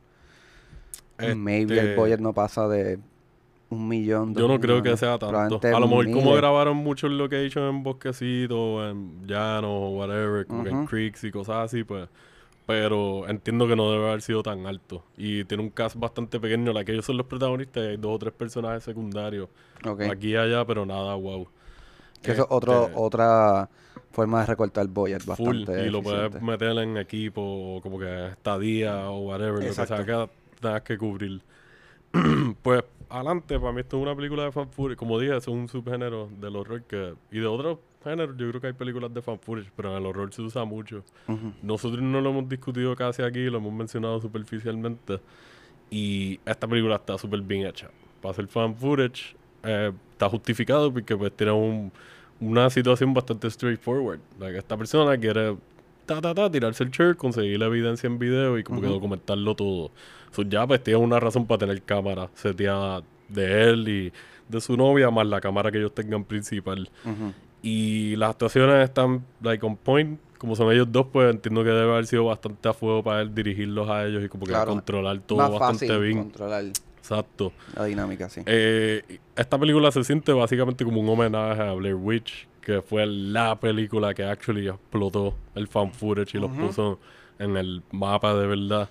maybe el budget no pasa de 1 millón. Yo no creo que millones, sea tanto. probablemente A lo mejor como miles. grabaron mucho en location en bosquecito, en llanos o whatever, como que en Ujú. creeks y cosas así, pues. Pero entiendo que no debe haber sido tan alto. Y tiene un cast bastante pequeño, la que ellos son los protagonistas y hay 2 o 3 personajes secundarios. Ok. Aquí y allá, pero nada, wow. Que eso es otra forma de recortar budget Full, bastante y lo puedes eficiente. meter en equipo, o como que estadía o whatever, lo Exacto. que sea que tengas que cubrir. Pues, adelante, para mí esto es una película de fan footage. Como dije, es un subgénero del horror que... Y de otros géneros, yo creo que hay películas de fan footage, pero en el horror se usa mucho. Ujú. Nosotros no lo hemos discutido casi aquí, lo hemos mencionado superficialmente. Y esta película está súper bien hecha. Para hacer fan footage, está justificado porque pues tiene una situación bastante straightforward. Like, esta persona quiere tirarse el shirt, conseguir la evidencia en video y como que Ujú. documentarlo todo. So, ya pues tiene una razón para tener cámara seteada de él y de su novia, más la cámara que ellos tengan principal. Ujú. Y las actuaciones están like on point. Como son ellos dos, pues entiendo que debe haber sido bastante a fuego para él dirigirlos a ellos y como que Claro. controlar todo Más bastante fácil bien. controlar Exacto. la dinámica, sí. Esta película se siente básicamente como un homenaje a Blair Witch, que fue la película que actually explotó el fan footage y los Ujú. puso en el mapa de verdad.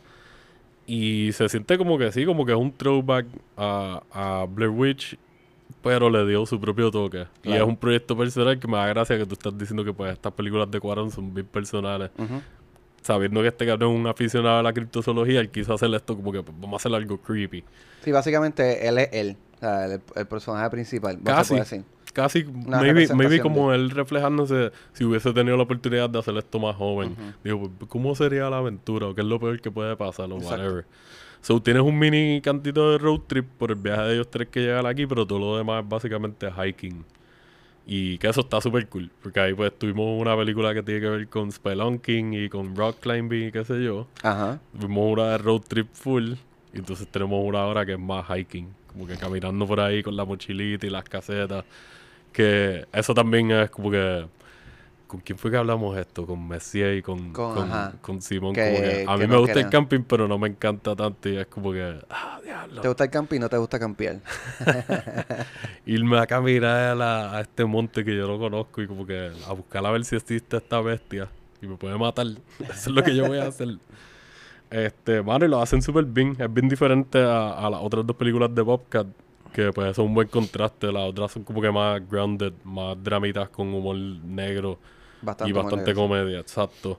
Y se siente como que sí, como que es un throwback a Blair Witch, pero le dio su propio toque. Y Claro. es un proyecto personal que me da gracia que tú estás diciendo que pues estas películas de Cuarón son bien personales. Ujú. Sabiendo que este cabrón es un aficionado a la criptozoología, él quiso hacer esto como que pues, vamos a hacer algo creepy. Sí, básicamente él es él. O sea, el personaje principal. No se Casi. puede decir. Casi, Una maybe representación como él reflejándose, si hubiese tenido la oportunidad de hacer esto más joven. Ujú. Digo, pues, ¿cómo sería la aventura? ¿O qué es lo peor que puede pasar? O Exacto. whatever. So, tienes un mini cantito de road trip por el viaje de ellos tres que llegan aquí, pero todo lo demás es básicamente hiking. Y que eso está súper cool, porque ahí pues tuvimos una película que tiene que ver con spelunking y con rock climbing y qué sé yo. Ajá. Tuvimos una de road trip full, y entonces tenemos una hora que es más hiking, como que caminando por ahí con la mochilita y las casetas. Que eso también es como que... ¿Con quién fue que hablamos esto? Con Messier y Ajá. con Simón. Que- Como que a que mí no me gusta el querían. camping, pero no me encanta tanto. Y es como que, diablo. ¿Te gusta el camping? ¿No te gusta campear? Irme a caminar a este monte que yo no conozco y como que a buscar a ver si existe esta bestia y me puede matar. Eso es lo que yo voy a hacer. Mano, y lo hacen súper bien. Es bien diferente a las otras dos películas de Bobcat, que pues son un buen contraste. Las otras son como que más grounded, más dramitas con humor negro. Y bastante comedia, exacto.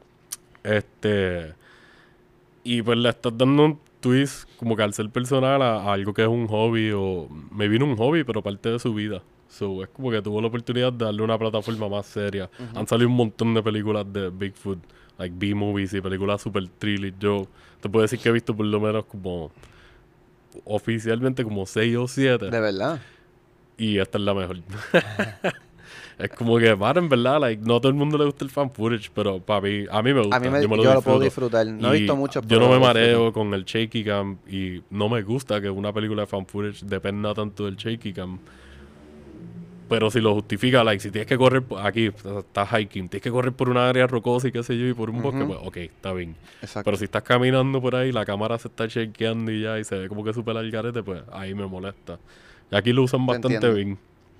Y pues le estás dando un twist como que al ser personal a algo que es un hobby o me vino un hobby, pero parte de su vida. So, es como que tuvo la oportunidad de darle una plataforma más seria. Han salido un montón de películas de Bigfoot, like B-movies y películas super thrilling. Yo te puedo decir que he visto por lo menos como oficialmente como 6 o 7. ¿De verdad? Y esta es la mejor. Es como que, para, en verdad, like, no a todo el mundo le gusta el fan footage, pero para mí, a mí me gusta. Yo lo puedo disfrutar. No he visto mucho, yo no me mareo con el shaky cam y no me gusta que una película de fan footage dependa tanto del shaky cam. Pero si lo justifica, like, si tienes que correr aquí, estás hiking, tienes que correr por una área rocosa y qué sé yo, y por un bosque, pues ok, está bien. Exacto. Pero si estás caminando por ahí, la cámara se está shakeando y ya, y se ve como que súper al garete, pues ahí me molesta. Y aquí lo usan bastante bien.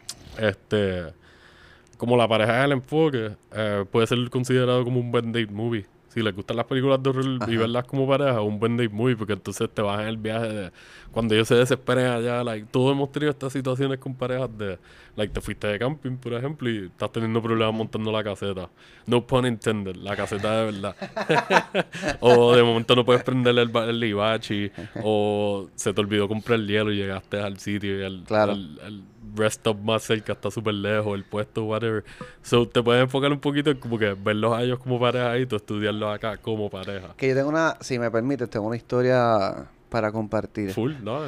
Como la pareja del enfoque, puede ser considerado como un buen date movie. Si les gustan las películas de horror y verlas como pareja, un buen date movie, porque entonces te vas en el viaje de... Cuando ellos se desesperen allá, like, todos hemos tenido estas situaciones con parejas de... Like, te fuiste de camping, por ejemplo, y estás teniendo problemas montando la caseta. No pun intended, la caseta de verdad. O de momento no puedes prender el hibachi, o se te olvidó comprar el hielo y llegaste al sitio y el rest stop más cerca está súper lejos, el puesto, whatever. So, te puedes enfocar un poquito en como que verlos a ellos como pareja y tú estudiarlos acá como pareja. Que yo tengo si me permites, tengo una historia para compartir. Full, ¿no?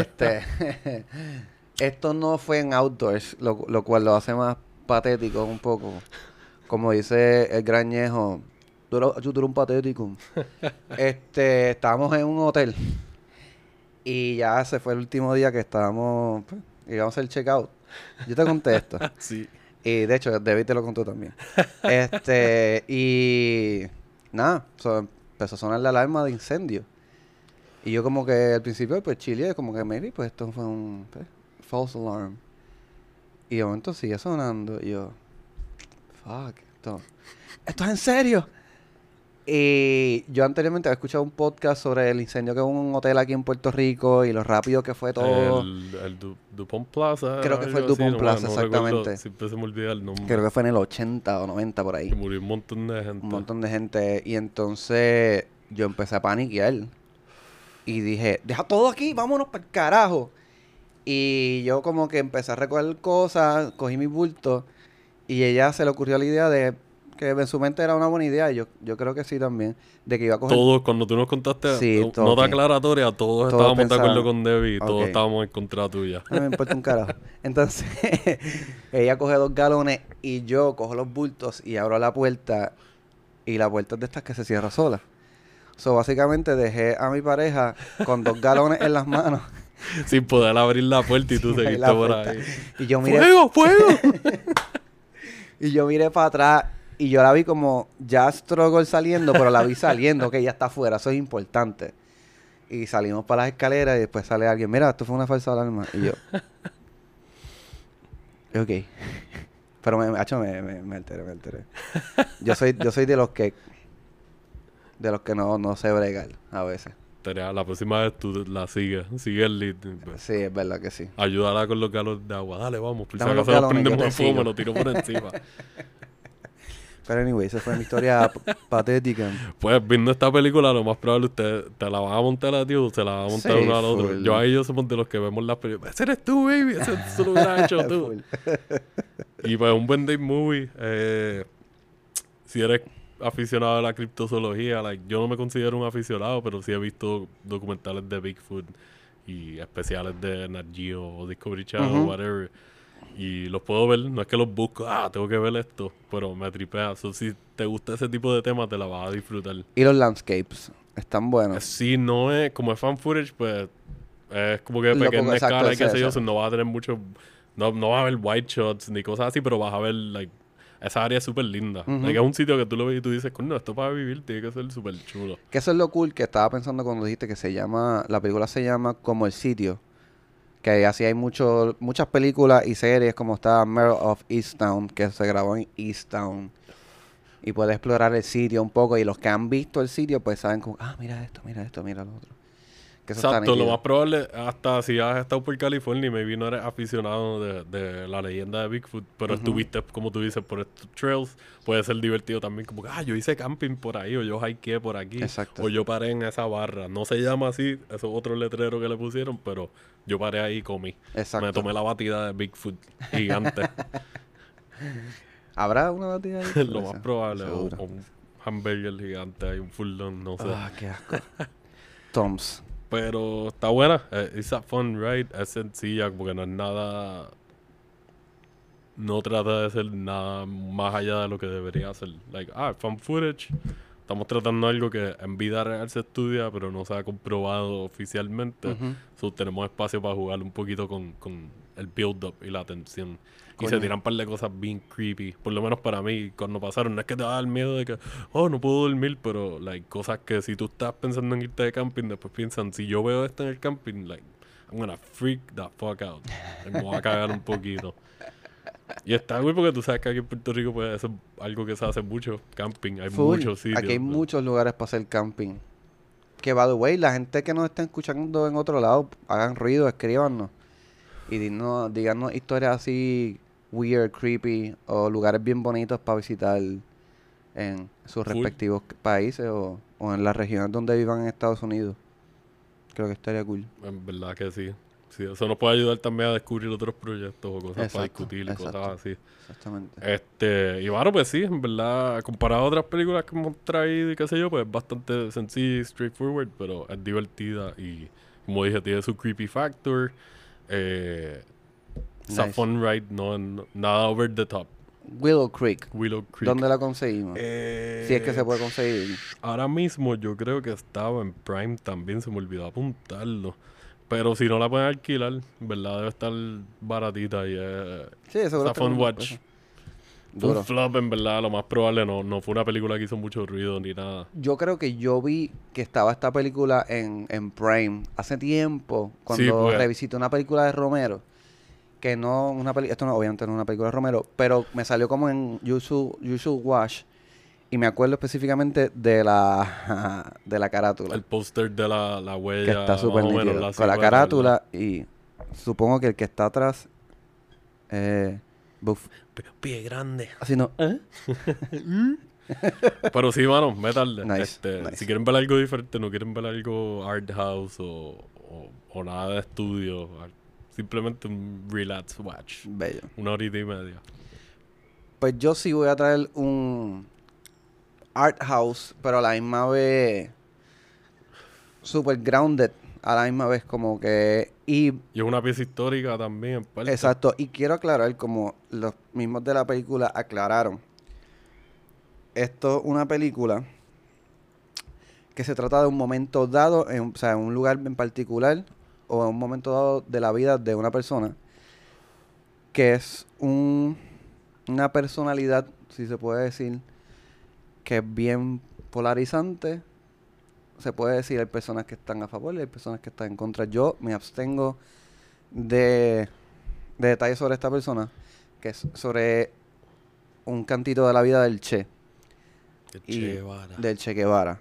Esto no fue en outdoors, lo cual lo hace más patético un poco. Como dice el grañejo, tú eres un patético. Estábamos en un hotel y ya se fue el último día que estábamos, pues, íbamos a hacer checkout. Yo te conté esto. Sí. Y de hecho, David te lo contó también. Y nada, empezó a sonar la alarma de incendio. Y yo como que al principio pues chile, como que maybe pues esto fue un false alarm. Y de momento sigue sonando. Y yo, fuck, ¿esto es en serio? Y yo anteriormente había escuchado un podcast sobre el incendio que hubo en un hotel aquí en Puerto Rico y lo rápido que fue todo. El Dupont Plaza. Creo que fue el Dupont Plaza, exactamente. Recuerdo, siempre se me olvida el nombre. Creo que fue en el 80 o 90 por ahí. Que murió un montón de gente. Un montón de gente. Y entonces yo empecé a paniquear. Y dije, deja todo aquí, vámonos para el carajo. Y yo como que empecé a recoger cosas, cogí mis bultos. Y ella se le ocurrió la idea de que en su mente era una buena idea. Y yo creo que sí también. De que iba a coger... Todos, cuando tú nos contaste, Sí, nota aclaratoria, todos estábamos de acuerdo con Debbie y todos Ok. estábamos en contra tuya. No me importa un carajo. Entonces, ella coge 2 galones y yo cojo los bultos y abro la puerta. Y la puerta es de estas que se cierra sola. So, básicamente dejé a mi pareja con 2 galones en las manos. Sin poder abrir la puerta y tú Ahí seguiste la por puerta. ahí. Y yo miré, ¡Fuego, fuego! y yo miré para atrás y yo la vi como ya struggle saliendo, pero la vi saliendo, que ella está afuera, eso es importante. Y salimos para las escaleras y después sale alguien, mira, esto fue una falsa alarma. Y yo, ok. Pero me alteré. Yo soy de los que no sé bregar a veces. La próxima vez tú la sigues, sigue el lead. Pues. Sí, es verdad que sí. Ayúdala con los galones de agua. Dale, vamos. Por si Dame los acaso nos galones, yo prendemos te en fuego, sigo. me lo tiro por encima. Pero anyway, esa fue mi historia patética. Pues viendo esta película, lo más probable usted te la va a montar a ti o se la va a montar Sí, uno al otro. full. Yo ahí yo somos de los que vemos las películas. Ese eres tú, baby. Eso lo hubieras hecho tú. Full. Y pues un buen date movie. Si eres aficionado a la criptozoología. Like, yo no me considero un aficionado, pero sí he visto documentales de Bigfoot y especiales de Nat Geo o Discovery Channel o whatever. Y los puedo ver, no es que los busco, tengo que ver esto, pero me tripea. So, si te gusta ese tipo de temas, te la vas a disfrutar. Y los landscapes están buenos. Si no es, como es fan footage, pues es como que Lo pequeña poco- exacto, escala y qué ese, sé yo, ese. so, no vas a tener mucho, no vas a ver white shots ni cosas así, pero vas a ver, like, esa área es súper linda. Like, es un sitio que tú lo ves y tú dices, coño, esto para vivir tiene que ser súper chulo. Que eso es lo cool que estaba pensando cuando dijiste que la película se llama Como el Sitio. Que así hay muchas películas y series como está Mare of Easttown, que se grabó en Easttown. Y puedes explorar el sitio un poco y los que han visto el sitio pues saben como, mira esto, mira lo otro. Que eso está Exacto, lo nítido. más probable, hasta si has estado por California y maybe no eres aficionado de la leyenda de Bigfoot, pero estuviste, como tú dices, por estos trails, puede ser divertido también, como que, yo hice camping por ahí, o yo hikeé por aquí, Exacto. o yo paré en esa barra. No se llama así, eso es otro letrero que le pusieron, pero yo paré ahí y comí. Exacto. Me tomé la batida de Bigfoot gigante, ¿Habrá una batida ahí? lo más probable, o Seguro. un hamburger gigante, hay un full don, no sé. Qué asco. Toms. Pero está buena. It's a fun ride. Es sencilla porque no es nada... No trata de ser nada más allá de lo que debería ser. Like, fan footage. Estamos tratando algo que en vida real se estudia, pero no se ha comprobado oficialmente. So, tenemos espacio para jugar un poquito con el build-up y la tensión. Y se Coño. tiran un par de cosas bien creepy. Por lo menos para mí, cuando pasaron. No es que te va a dar miedo de que, no puedo dormir, pero, like, cosas que si tú estás pensando en irte de camping, después piensan, si yo veo esto en el camping, like, I'm gonna freak the fuck out. Me voy a cagar un poquito. Y está muy porque tú sabes que aquí en Puerto Rico, pues, eso es algo que se hace mucho. Camping, hay Full. muchos sitios. Aquí hay pues. muchos lugares para hacer camping. Que, by the way, la gente que nos está escuchando en otro lado, hagan ruido, escríbanos. Y díganos historias así weird, creepy, o lugares bien bonitos para visitar en sus Full. respectivos países o en las regiones donde vivan en Estados Unidos. Creo que estaría cool. En verdad que sí. Sí, eso nos puede ayudar también a descubrir otros proyectos o cosas para discutir y exacto. cosas así. Exactamente. Y bueno, pues sí, en verdad, comparado a otras películas que hemos traído y qué sé yo, pues es bastante sencilla y straightforward, pero es divertida y, como dije, tiene su creepy factor. It's a Nice. fun ride, nada over the top. Willow Creek. Willow Creek. ¿Dónde la conseguimos? Si es que se puede conseguir. Ahora mismo yo creo que estaba en Prime también, se me olvidó apuntarlo. Pero si no la pueden alquilar, en verdad debe estar baratita y Sí, seguro. it's a fun watch. Fue Duro. un flop, en verdad, lo más probable no fue una película que hizo mucho ruido ni nada. Yo creo que yo vi que estaba esta película en Prime hace tiempo, cuando Sí, pues. revisité una película de Romero, que no, esto no, obviamente no es una película de Romero, pero me salió como en You Should Watch, y me acuerdo específicamente de la carátula, El póster de la huella. que está súper más o menos, nítido, la con la silueta, carátula, y supongo que el que está atrás, buff, ¿verdad? Pie grande. así no, Pero sí, mano, métale. Nice, nice. Si quieren ver algo diferente, no quieren ver algo art house o nada de estudio, simplemente un relax watch. bello. 1 horita y media. Pues yo sí voy a traer un art house, pero a la misma vez super grounded, a la misma vez como que... Y Y es una pieza histórica también, en parte. exacto, y quiero aclarar, como los mismos de la película aclararon, esto es una película que se trata de un momento dado, o sea, en un lugar en particular, o en un momento dado de la vida de una persona, que es una personalidad, si se puede decir, que es bien polarizante. Se puede decir, hay personas que están a favor y hay personas que están en contra. Yo me abstengo de detalles sobre esta persona, que es sobre un cantito de la vida del Che. Del Che Guevara.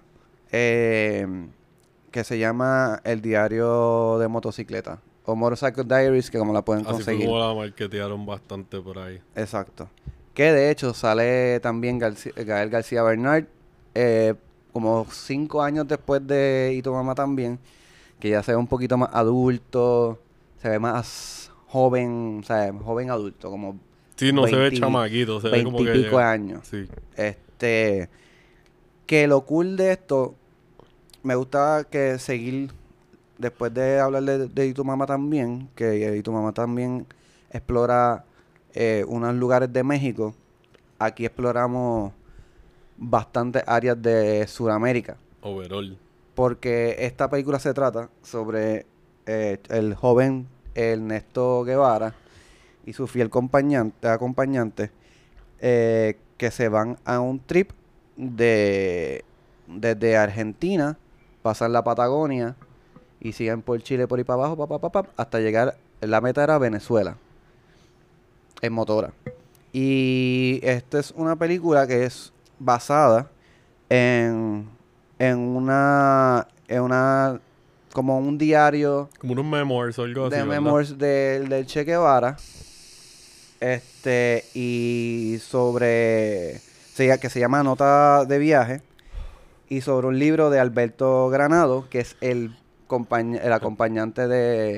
Que se llama El Diario de Motocicleta. O Motorcycle Diaries, que como la pueden Así fue conseguir. como la marketearon bastante por ahí. Exacto. Que de hecho sale también Gael García Bernard, como 5 años después de Y tu mamá también, que ya se ve un poquito más adulto, se ve más joven, o sea, joven adulto, como Sí, no se ve 20 chamaquito, se ve como 20 que y pico llega- años. Sí. Que lo cool de esto, me gusta que seguir, después de hablar de Y tu mamá también, que Y tu mamá también explora unos lugares de México. Aquí exploramos bastantes áreas de Sudamérica. Overall. Porque esta película se trata sobre el joven Ernesto Guevara y su fiel acompañante que se van a un trip desde Argentina, pasan la Patagonia y siguen por Chile por ahí para abajo, hasta llegar, la meta era Venezuela, en motora. Y esta es una película que es basada en, en una, como un diario Como unos memoirs o algo así, de ¿verdad? memoirs del Che Guevara. Y sobre, que se llama Nota de Viaje. Y sobre un libro de Alberto Granado, que es el acompañante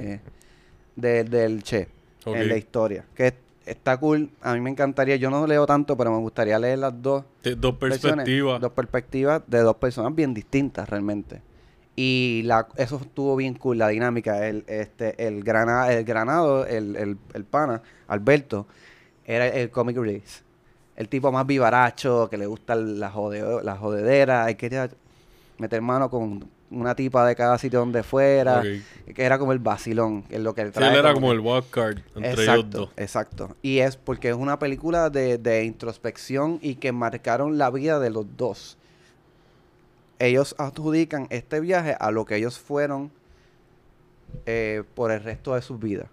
del Che Ok. en la historia. Que está cool. A mí me encantaría, yo no leo tanto, pero me gustaría leer las dos Dos versiones, perspectivas. dos perspectivas de dos personas bien distintas realmente. Y eso estuvo bien cool, la dinámica. El Granado, el pana, Alberto, era el comic relief. El tipo más vivaracho, que le gusta la jodedera, y quería meter mano con una tipa de cada sitio donde fuera, Ok. que era como el vacilón, en lo que él Sí, trae él era como como que- el wildcard entre ellos Exacto, dos. exacto. Y es porque es una película de introspección y que marcaron la vida de los dos. Ellos adjudican este viaje a lo que ellos fueron por el resto de sus vidas.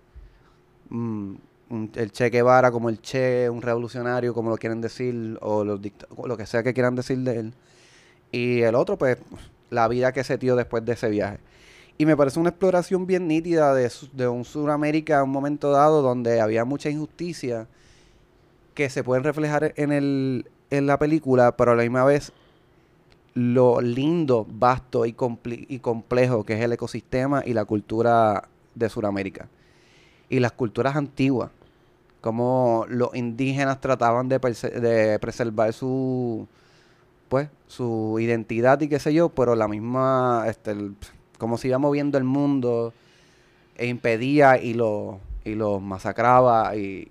El Che Guevara como el Che, un revolucionario, como lo quieren decir, o o lo que sea que quieran decir de él. Y el otro, pues, la vida que se dio después de ese viaje. Y me parece una exploración bien nítida de un Sudamérica, un momento dado donde había mucha injusticia que se pueden reflejar en la película, pero a la misma vez lo lindo, vasto y complejo que es el ecosistema y la cultura de Sudamérica. Y las culturas antiguas, como los indígenas trataban de preservar su identidad y qué sé yo, pero la misma, como se iba moviendo el mundo, e impedía y los masacraba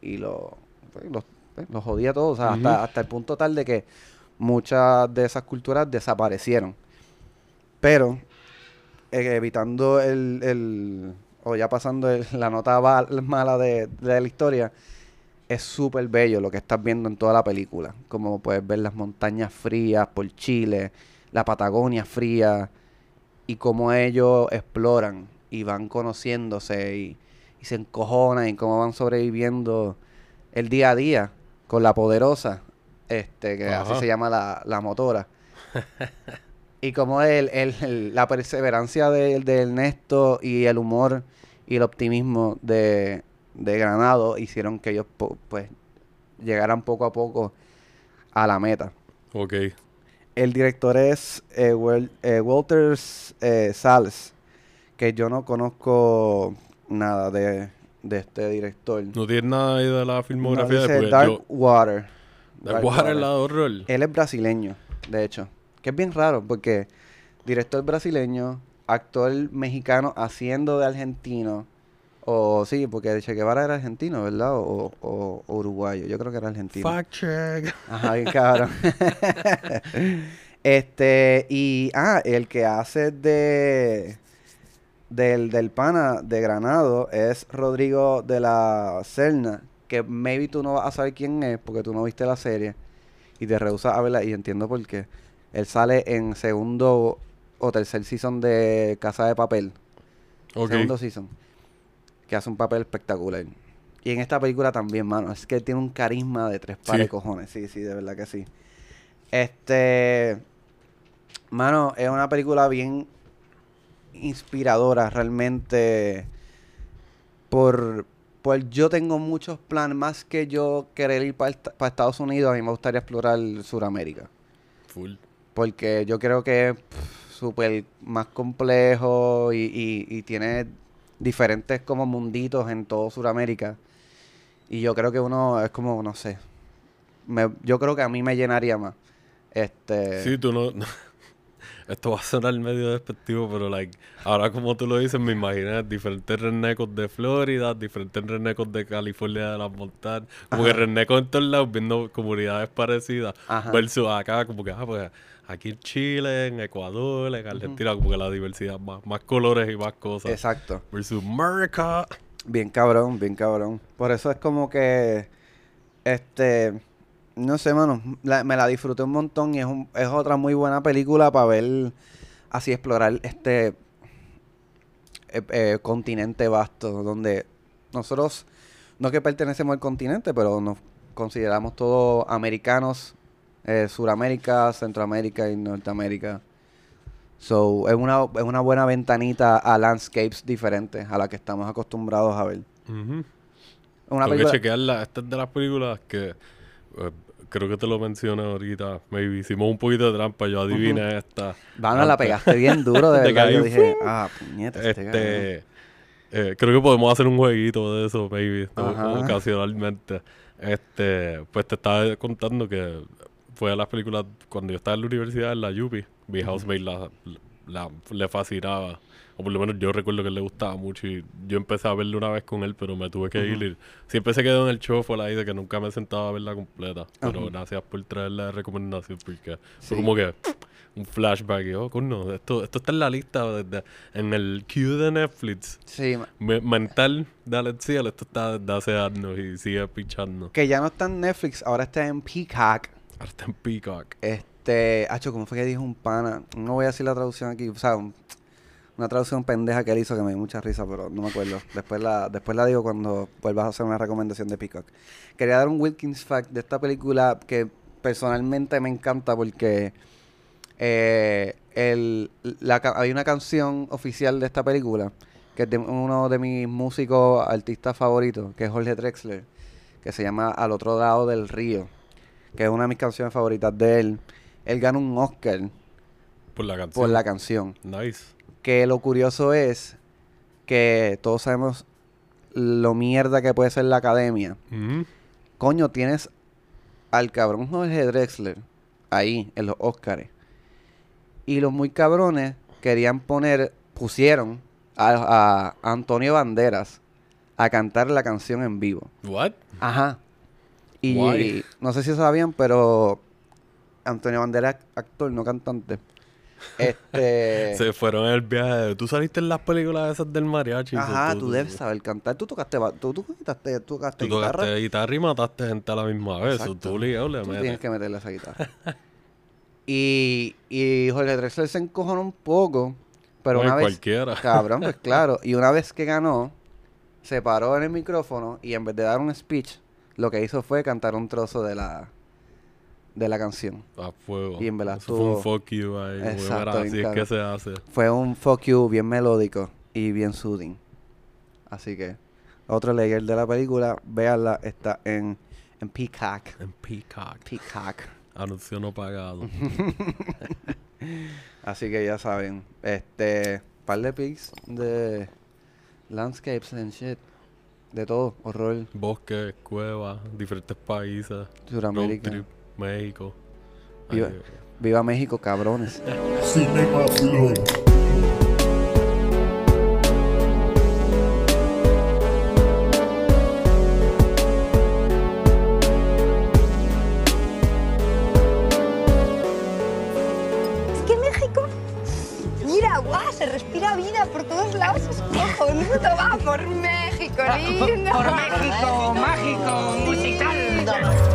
los jodía a todos, o sea, Ujú. hasta el punto tal de que muchas de esas culturas desaparecieron. Pero, evitando o ya pasando la nota mala de la historia, es súper bello lo que estás viendo en toda la película. Como puedes ver las montañas frías por Chile, la Patagonia fría, y cómo ellos exploran y van conociéndose y se encojonan y cómo van sobreviviendo el día a día con la poderosa, que así Ajá. se llama la motora. Y como la perseverancia de Ernesto y el humor y el optimismo de Granado hicieron que ellos pues llegaran poco a poco a la meta. Ok. El director es Walter Salles, que yo no conozco nada de este director. No tienes nada ahí de la No, filmografía de dice porque Dark yo... Water. Dark Water es la de horror. Él es brasileño, de hecho. Que es bien raro porque director brasileño, actor mexicano haciendo de argentino. O sí, porque Che Guevara era argentino, ¿verdad? O uruguayo. Yo creo que era argentino. Fact check. Ajá, bien cabrón. El que hace del pana de Granado es Rodrigo de la Serna, que maybe tú no vas a saber quién es porque tú no viste la serie y te rehusas a verla y entiendo por qué. Él sale en segundo o tercer season de Casa de Papel. Ok. Segundo season. Que hace un papel espectacular. Y en esta película también, mano. Es que tiene un carisma de tres pares de Sí. cojones. Sí, sí, de verdad que sí. Mano, es una película bien inspiradora, realmente. Por yo tengo muchos planes, más que yo querer ir para Estados Unidos, a mí me gustaría explorar Sudamérica. Full. Porque yo creo que es súper más complejo y tiene diferentes como munditos en todo Sudamérica. Y yo creo que uno es como, no sé, yo creo que a mí me llenaría más Sí, tú no... Esto va a sonar medio despectivo, pero ahora como tú lo dices, me imagino diferentes renecos de Florida, diferentes renecos de California de las montañas, como que renecos en todos lados, viendo comunidades parecidas, versus acá, como que, pues, aquí en Chile, en Ecuador, en Argentina, como que la diversidad, más colores y más cosas. Exacto. Versus America. Bien cabrón, bien cabrón. Por eso es como que, no sé, mano, me la disfruté un montón y es otra muy buena película para ver, así explorar continente vasto, donde nosotros, no que pertenecemos al continente, pero nos consideramos todos americanos, Suramérica, Centroamérica y Norteamérica. So, es una buena ventanita a landscapes diferentes a las que estamos acostumbrados a ver. Una Tengo que chequearla. Esta es de las películas que creo que te lo mencioné ahorita. Maybe hicimos un poquito de trampa. Yo adiviné esta. La pegaste bien duro, de verdad. Yo dije, puñeta, creo que podemos hacer un jueguito de eso, maybe, ocasionalmente. Pues te estaba contando que fue de las películas cuando yo estaba en la universidad, en la UPI. Mi housemate le fascinaba. O por lo menos yo recuerdo que le gustaba mucho. Y yo empecé a verla una vez con él, pero me tuve que ir. Y siempre se quedó en el show, fue la idea que nunca me sentaba a verla completa. Pero gracias por traerla de recomendación, porque fue como que un flashback. Y coño, esto está en la lista, en el queue de Netflix. Sí. Mental de Alex Ciel, esto está desde hace años y sigue pichando. Que ya no está en Netflix, ahora está en Peacock. Ahora está en Peacock. ¿Cómo fue que dijo un pana? No voy a decir la traducción aquí, o sea, una traducción pendeja que él hizo que me dio mucha risa, pero no me acuerdo. Después la digo cuando vuelvas a hacer una recomendación de Peacock. Quería dar un Wilkins fact de esta película que personalmente me encanta porque hay una canción oficial de esta película que es de uno de mis músicos artistas favoritos, que es Jorge Drexler, que se llama Al otro lado del río, que es una de mis canciones favoritas de él. Él ganó un Oscar por la canción. Nice. Que lo curioso es que todos sabemos lo mierda que puede ser la academia. Coño, tienes al cabrón Jorge Drexler ahí en los Oscars. Y los muy cabrones pusieron a Antonio Banderas a cantar la canción en vivo. What? Ajá. Y Why? no sé si sabían, pero Antonio Banderas, actor, no cantante. Se fueron en el viaje. Tú saliste en las películas esas del mariachi. Ajá, tú debes saber cantar. Tú tocaste guitarra y mataste gente a la misma vez. Tú tienes que meterle esa guitarra. y Jorge Drexler se encojonó un poco, pero una vez... cualquiera. Cabrón, pues claro. Y una vez que ganó, se paró en el micrófono y en vez de dar un speech, lo que hizo fue cantar un trozo de la canción. A fuego. Y en verdad eso fue un fuck you ahí. Exacto, así es que se hace. Fue un fuck you bien melódico y bien soothing. Así que, otro layer de la película, véanla, está en Peacock. En Peacock. Peacock. Anuncio no pagado. Así que ya saben, par de pics de landscapes and shit. De todo, horror. Bosques, cuevas, diferentes países. Suramérica. Road trip, México. Viva México, cabrones. Cinema Flor. Es que México, mira, guau, se respira vida por todos lados, es cojonudo, va por México, lindo. Por México, mágico, musical.